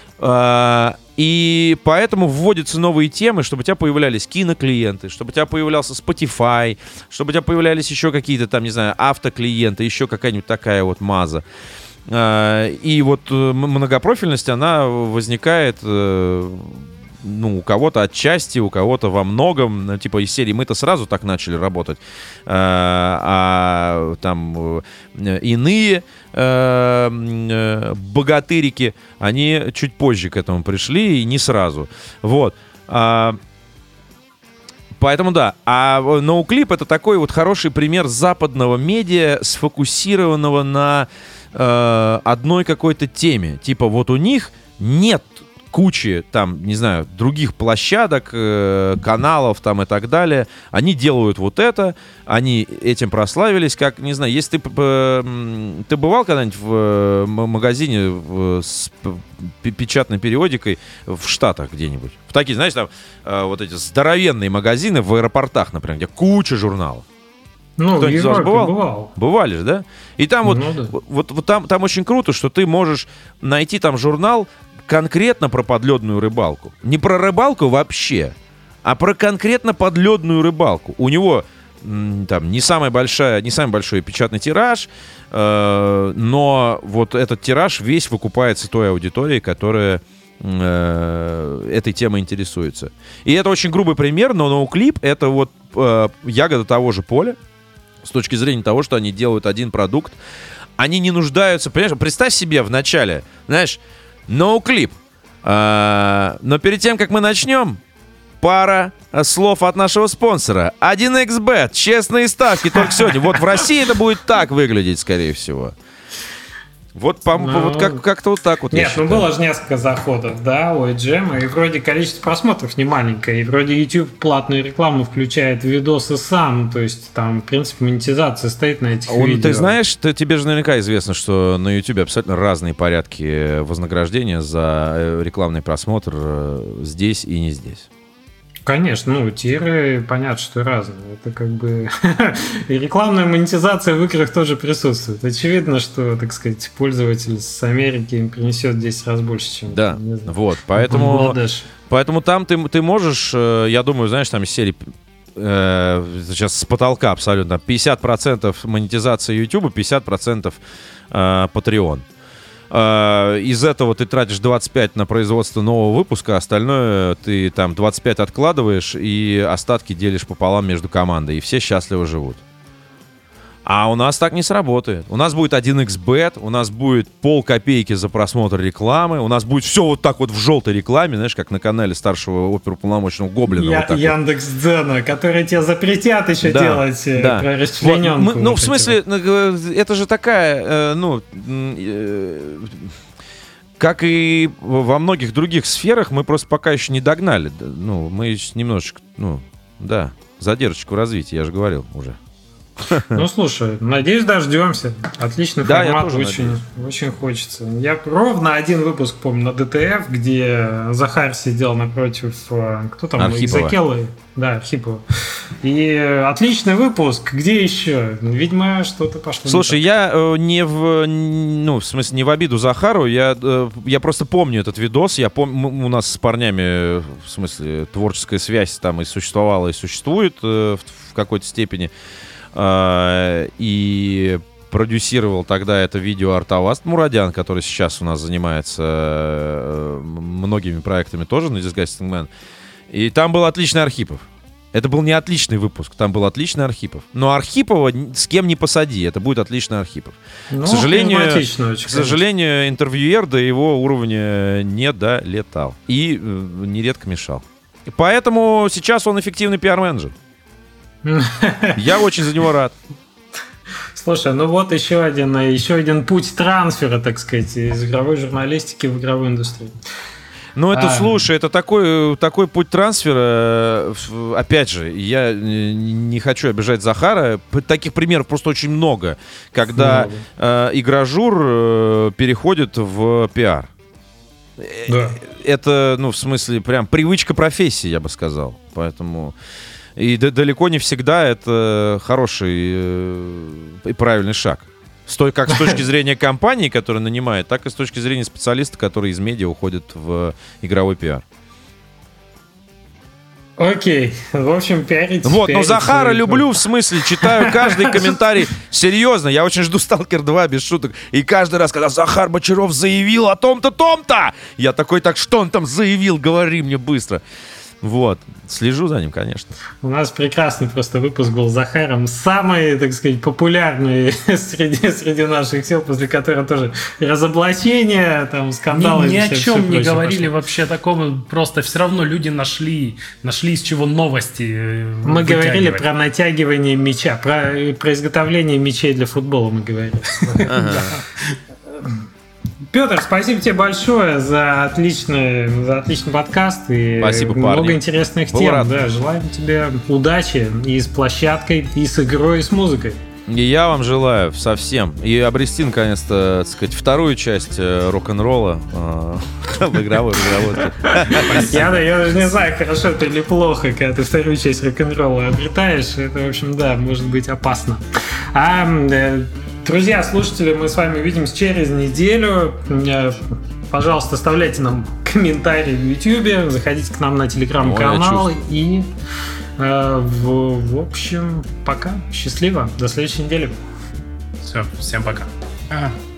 И поэтому вводятся новые темы, чтобы у тебя появлялись киноклиенты, чтобы у тебя появлялся Spotify, чтобы у тебя появлялись еще какие-то там, не знаю, автоклиенты, еще какая-нибудь такая вот маза. И вот многопрофильность, она возникает, у кого-то отчасти, у кого-то во многом, типа из серии мы-то сразу так начали работать, а там иные богатырики, они чуть позже к этому пришли и не сразу. Вот. Поэтому да. А ноуклип — это такой вот хороший пример западного медиа, сфокусированного на одной какой-то теме. Типа вот у них нет кучи, там, не знаю, других площадок, каналов там и так далее. Они делают вот это, они этим прославились, как, не знаю, если ты бывал когда-нибудь в магазине с печатной периодикой в Штатах где-нибудь? В такие, знаешь, там вот эти здоровенные магазины в аэропортах, например, где куча журналов.
Ну, в Европе бывал.
Бывали же, да? И там вот там очень круто, что ты можешь найти там журнал конкретно про подледную рыбалку. Не про рыбалку вообще, а про конкретно подледную рыбалку. У него там не самый большой печатный тираж, но вот этот тираж весь выкупается той аудиторией, которая этой темой интересуется. И это очень грубый пример, но ноуклип — это вот ягода того же поля, с точки зрения того, что они делают один продукт. Они не нуждаются, понимаешь, представь себе в начале, знаешь, ноуклип. Но перед тем, как мы начнем, пара слов от нашего спонсора. 1xBet. Честные ставки только сегодня. Вот в России это будет так выглядеть, скорее всего. Вот как-то вот так вот.
Нет, было же несколько заходов, да, у Джема, и вроде количество просмотров не маленькое, и вроде YouTube платную рекламу включает в видосы сам, то есть там, в принципе, монетизация стоит на этих видео.
Ты знаешь, тебе же наверняка известно, что на YouTube абсолютно разные порядки вознаграждения за рекламный просмотр здесь и не здесь.
Конечно, тиры, понятно, что разные. Это как бы... И рекламная монетизация в играх тоже присутствует. Очевидно, что, так сказать, пользователь с Америки им принесет 10 раз больше, чем...
Да, вот, поэтому там ты можешь, я думаю, знаешь, там из серии... Сейчас с потолка абсолютно 50% монетизация YouTube, 50% Patreon. Из этого ты тратишь 25 на производство нового выпуска, остальное ты там 25 откладываешь и остатки делишь пополам между командой, и все счастливо живут. А у нас так не сработает. У нас будет 1xBet, у нас будет полкопейки за просмотр рекламы, у нас будет все вот так вот в желтой рекламе, знаешь, как на канале старшего оперуполномоченного Гоблина. Вот
Яндекс.Дзена, которые тебе запретят еще делать про расчлененку.
В смысле, это же такая, как и во многих других сферах, мы просто пока еще не догнали. Мы немножечко, задержку развития, я же говорил уже.
Ну, слушай, надеюсь, дождемся. Отличный формат, очень хочется. Я ровно один выпуск помню на ДТФ, где Захар сидел напротив, кто там?
Архипова.
Да, Архипова. И отличный выпуск. Где еще? Видимо, что-то пошло.
Слушай, я не в обиду Захару, я просто помню этот видос. У нас с парнями, в смысле, творческая связь там и существовала, и существует в какой-то степени. И продюсировал тогда это видео Артаваст Мурадян, который сейчас у нас занимается многими проектами тоже на Disgusting Man. И там был отличный Архипов. Это был не отличный выпуск, там был отличный Архипов. Но Архипова с кем не посади, это будет отличный Архипов.
Ну,
к сожалению, интервьюер до его уровня не долетал. И нередко мешал. Поэтому сейчас он эффективный пиар-менеджер. Я очень за него рад.
Слушай, ну вот еще один путь трансфера, так сказать, из игровой журналистики в игровую индустрию.
Ну, это, слушай, это такой путь трансфера. Опять же, я не хочу обижать Захара. Таких примеров просто очень много. Когда игражур переходит в пиар.
Да.
Это, в смысле, прям привычка профессии, я бы сказал. Поэтому... И далеко не всегда это хороший и правильный шаг. Как с точки зрения компании, которая нанимает, так и с точки зрения специалиста, который из медиа уходит в игровой пиар.
Окей. В общем, пиарить.
Вот, но Захара люблю, в смысле, читаю каждый комментарий. Серьезно, я очень жду Сталкер 2, без шуток. И каждый раз, когда Захар Бочаров заявил о том-то, том-то, я такой, так что он там заявил, говори мне быстро. Вот, слежу за ним, конечно.
У нас прекрасный просто выпуск был с Захаром. Самый, так сказать, популярный среди наших сил, после которого тоже разоблачения, там, скандалы.
Ни о чем не говорили вообще такому. Просто все равно люди нашли из чего новости
Мы говорили про натягивание мяча, про изготовление мячей для футбола мы говорили. Петр, спасибо тебе большое за отличный подкаст и
спасибо,
много
парни.
Интересных тем. Да, желаем тебе удачи и с площадкой, и с игрой, и с музыкой.
И я вам желаю совсем. И обрести, наконец-то, так сказать, вторую часть рок-н-ролла в игровой разработке.
Я даже не знаю, хорошо это или плохо, когда ты вторую часть рок-н-ролла обретаешь. Это, в общем, да, может быть опасно. Друзья, слушатели, мы с вами увидимся через неделю. Пожалуйста, оставляйте нам комментарии в YouTube, заходите к нам на телеграм-канал. И, в общем, пока. Счастливо. До следующей недели.
Все, всем пока.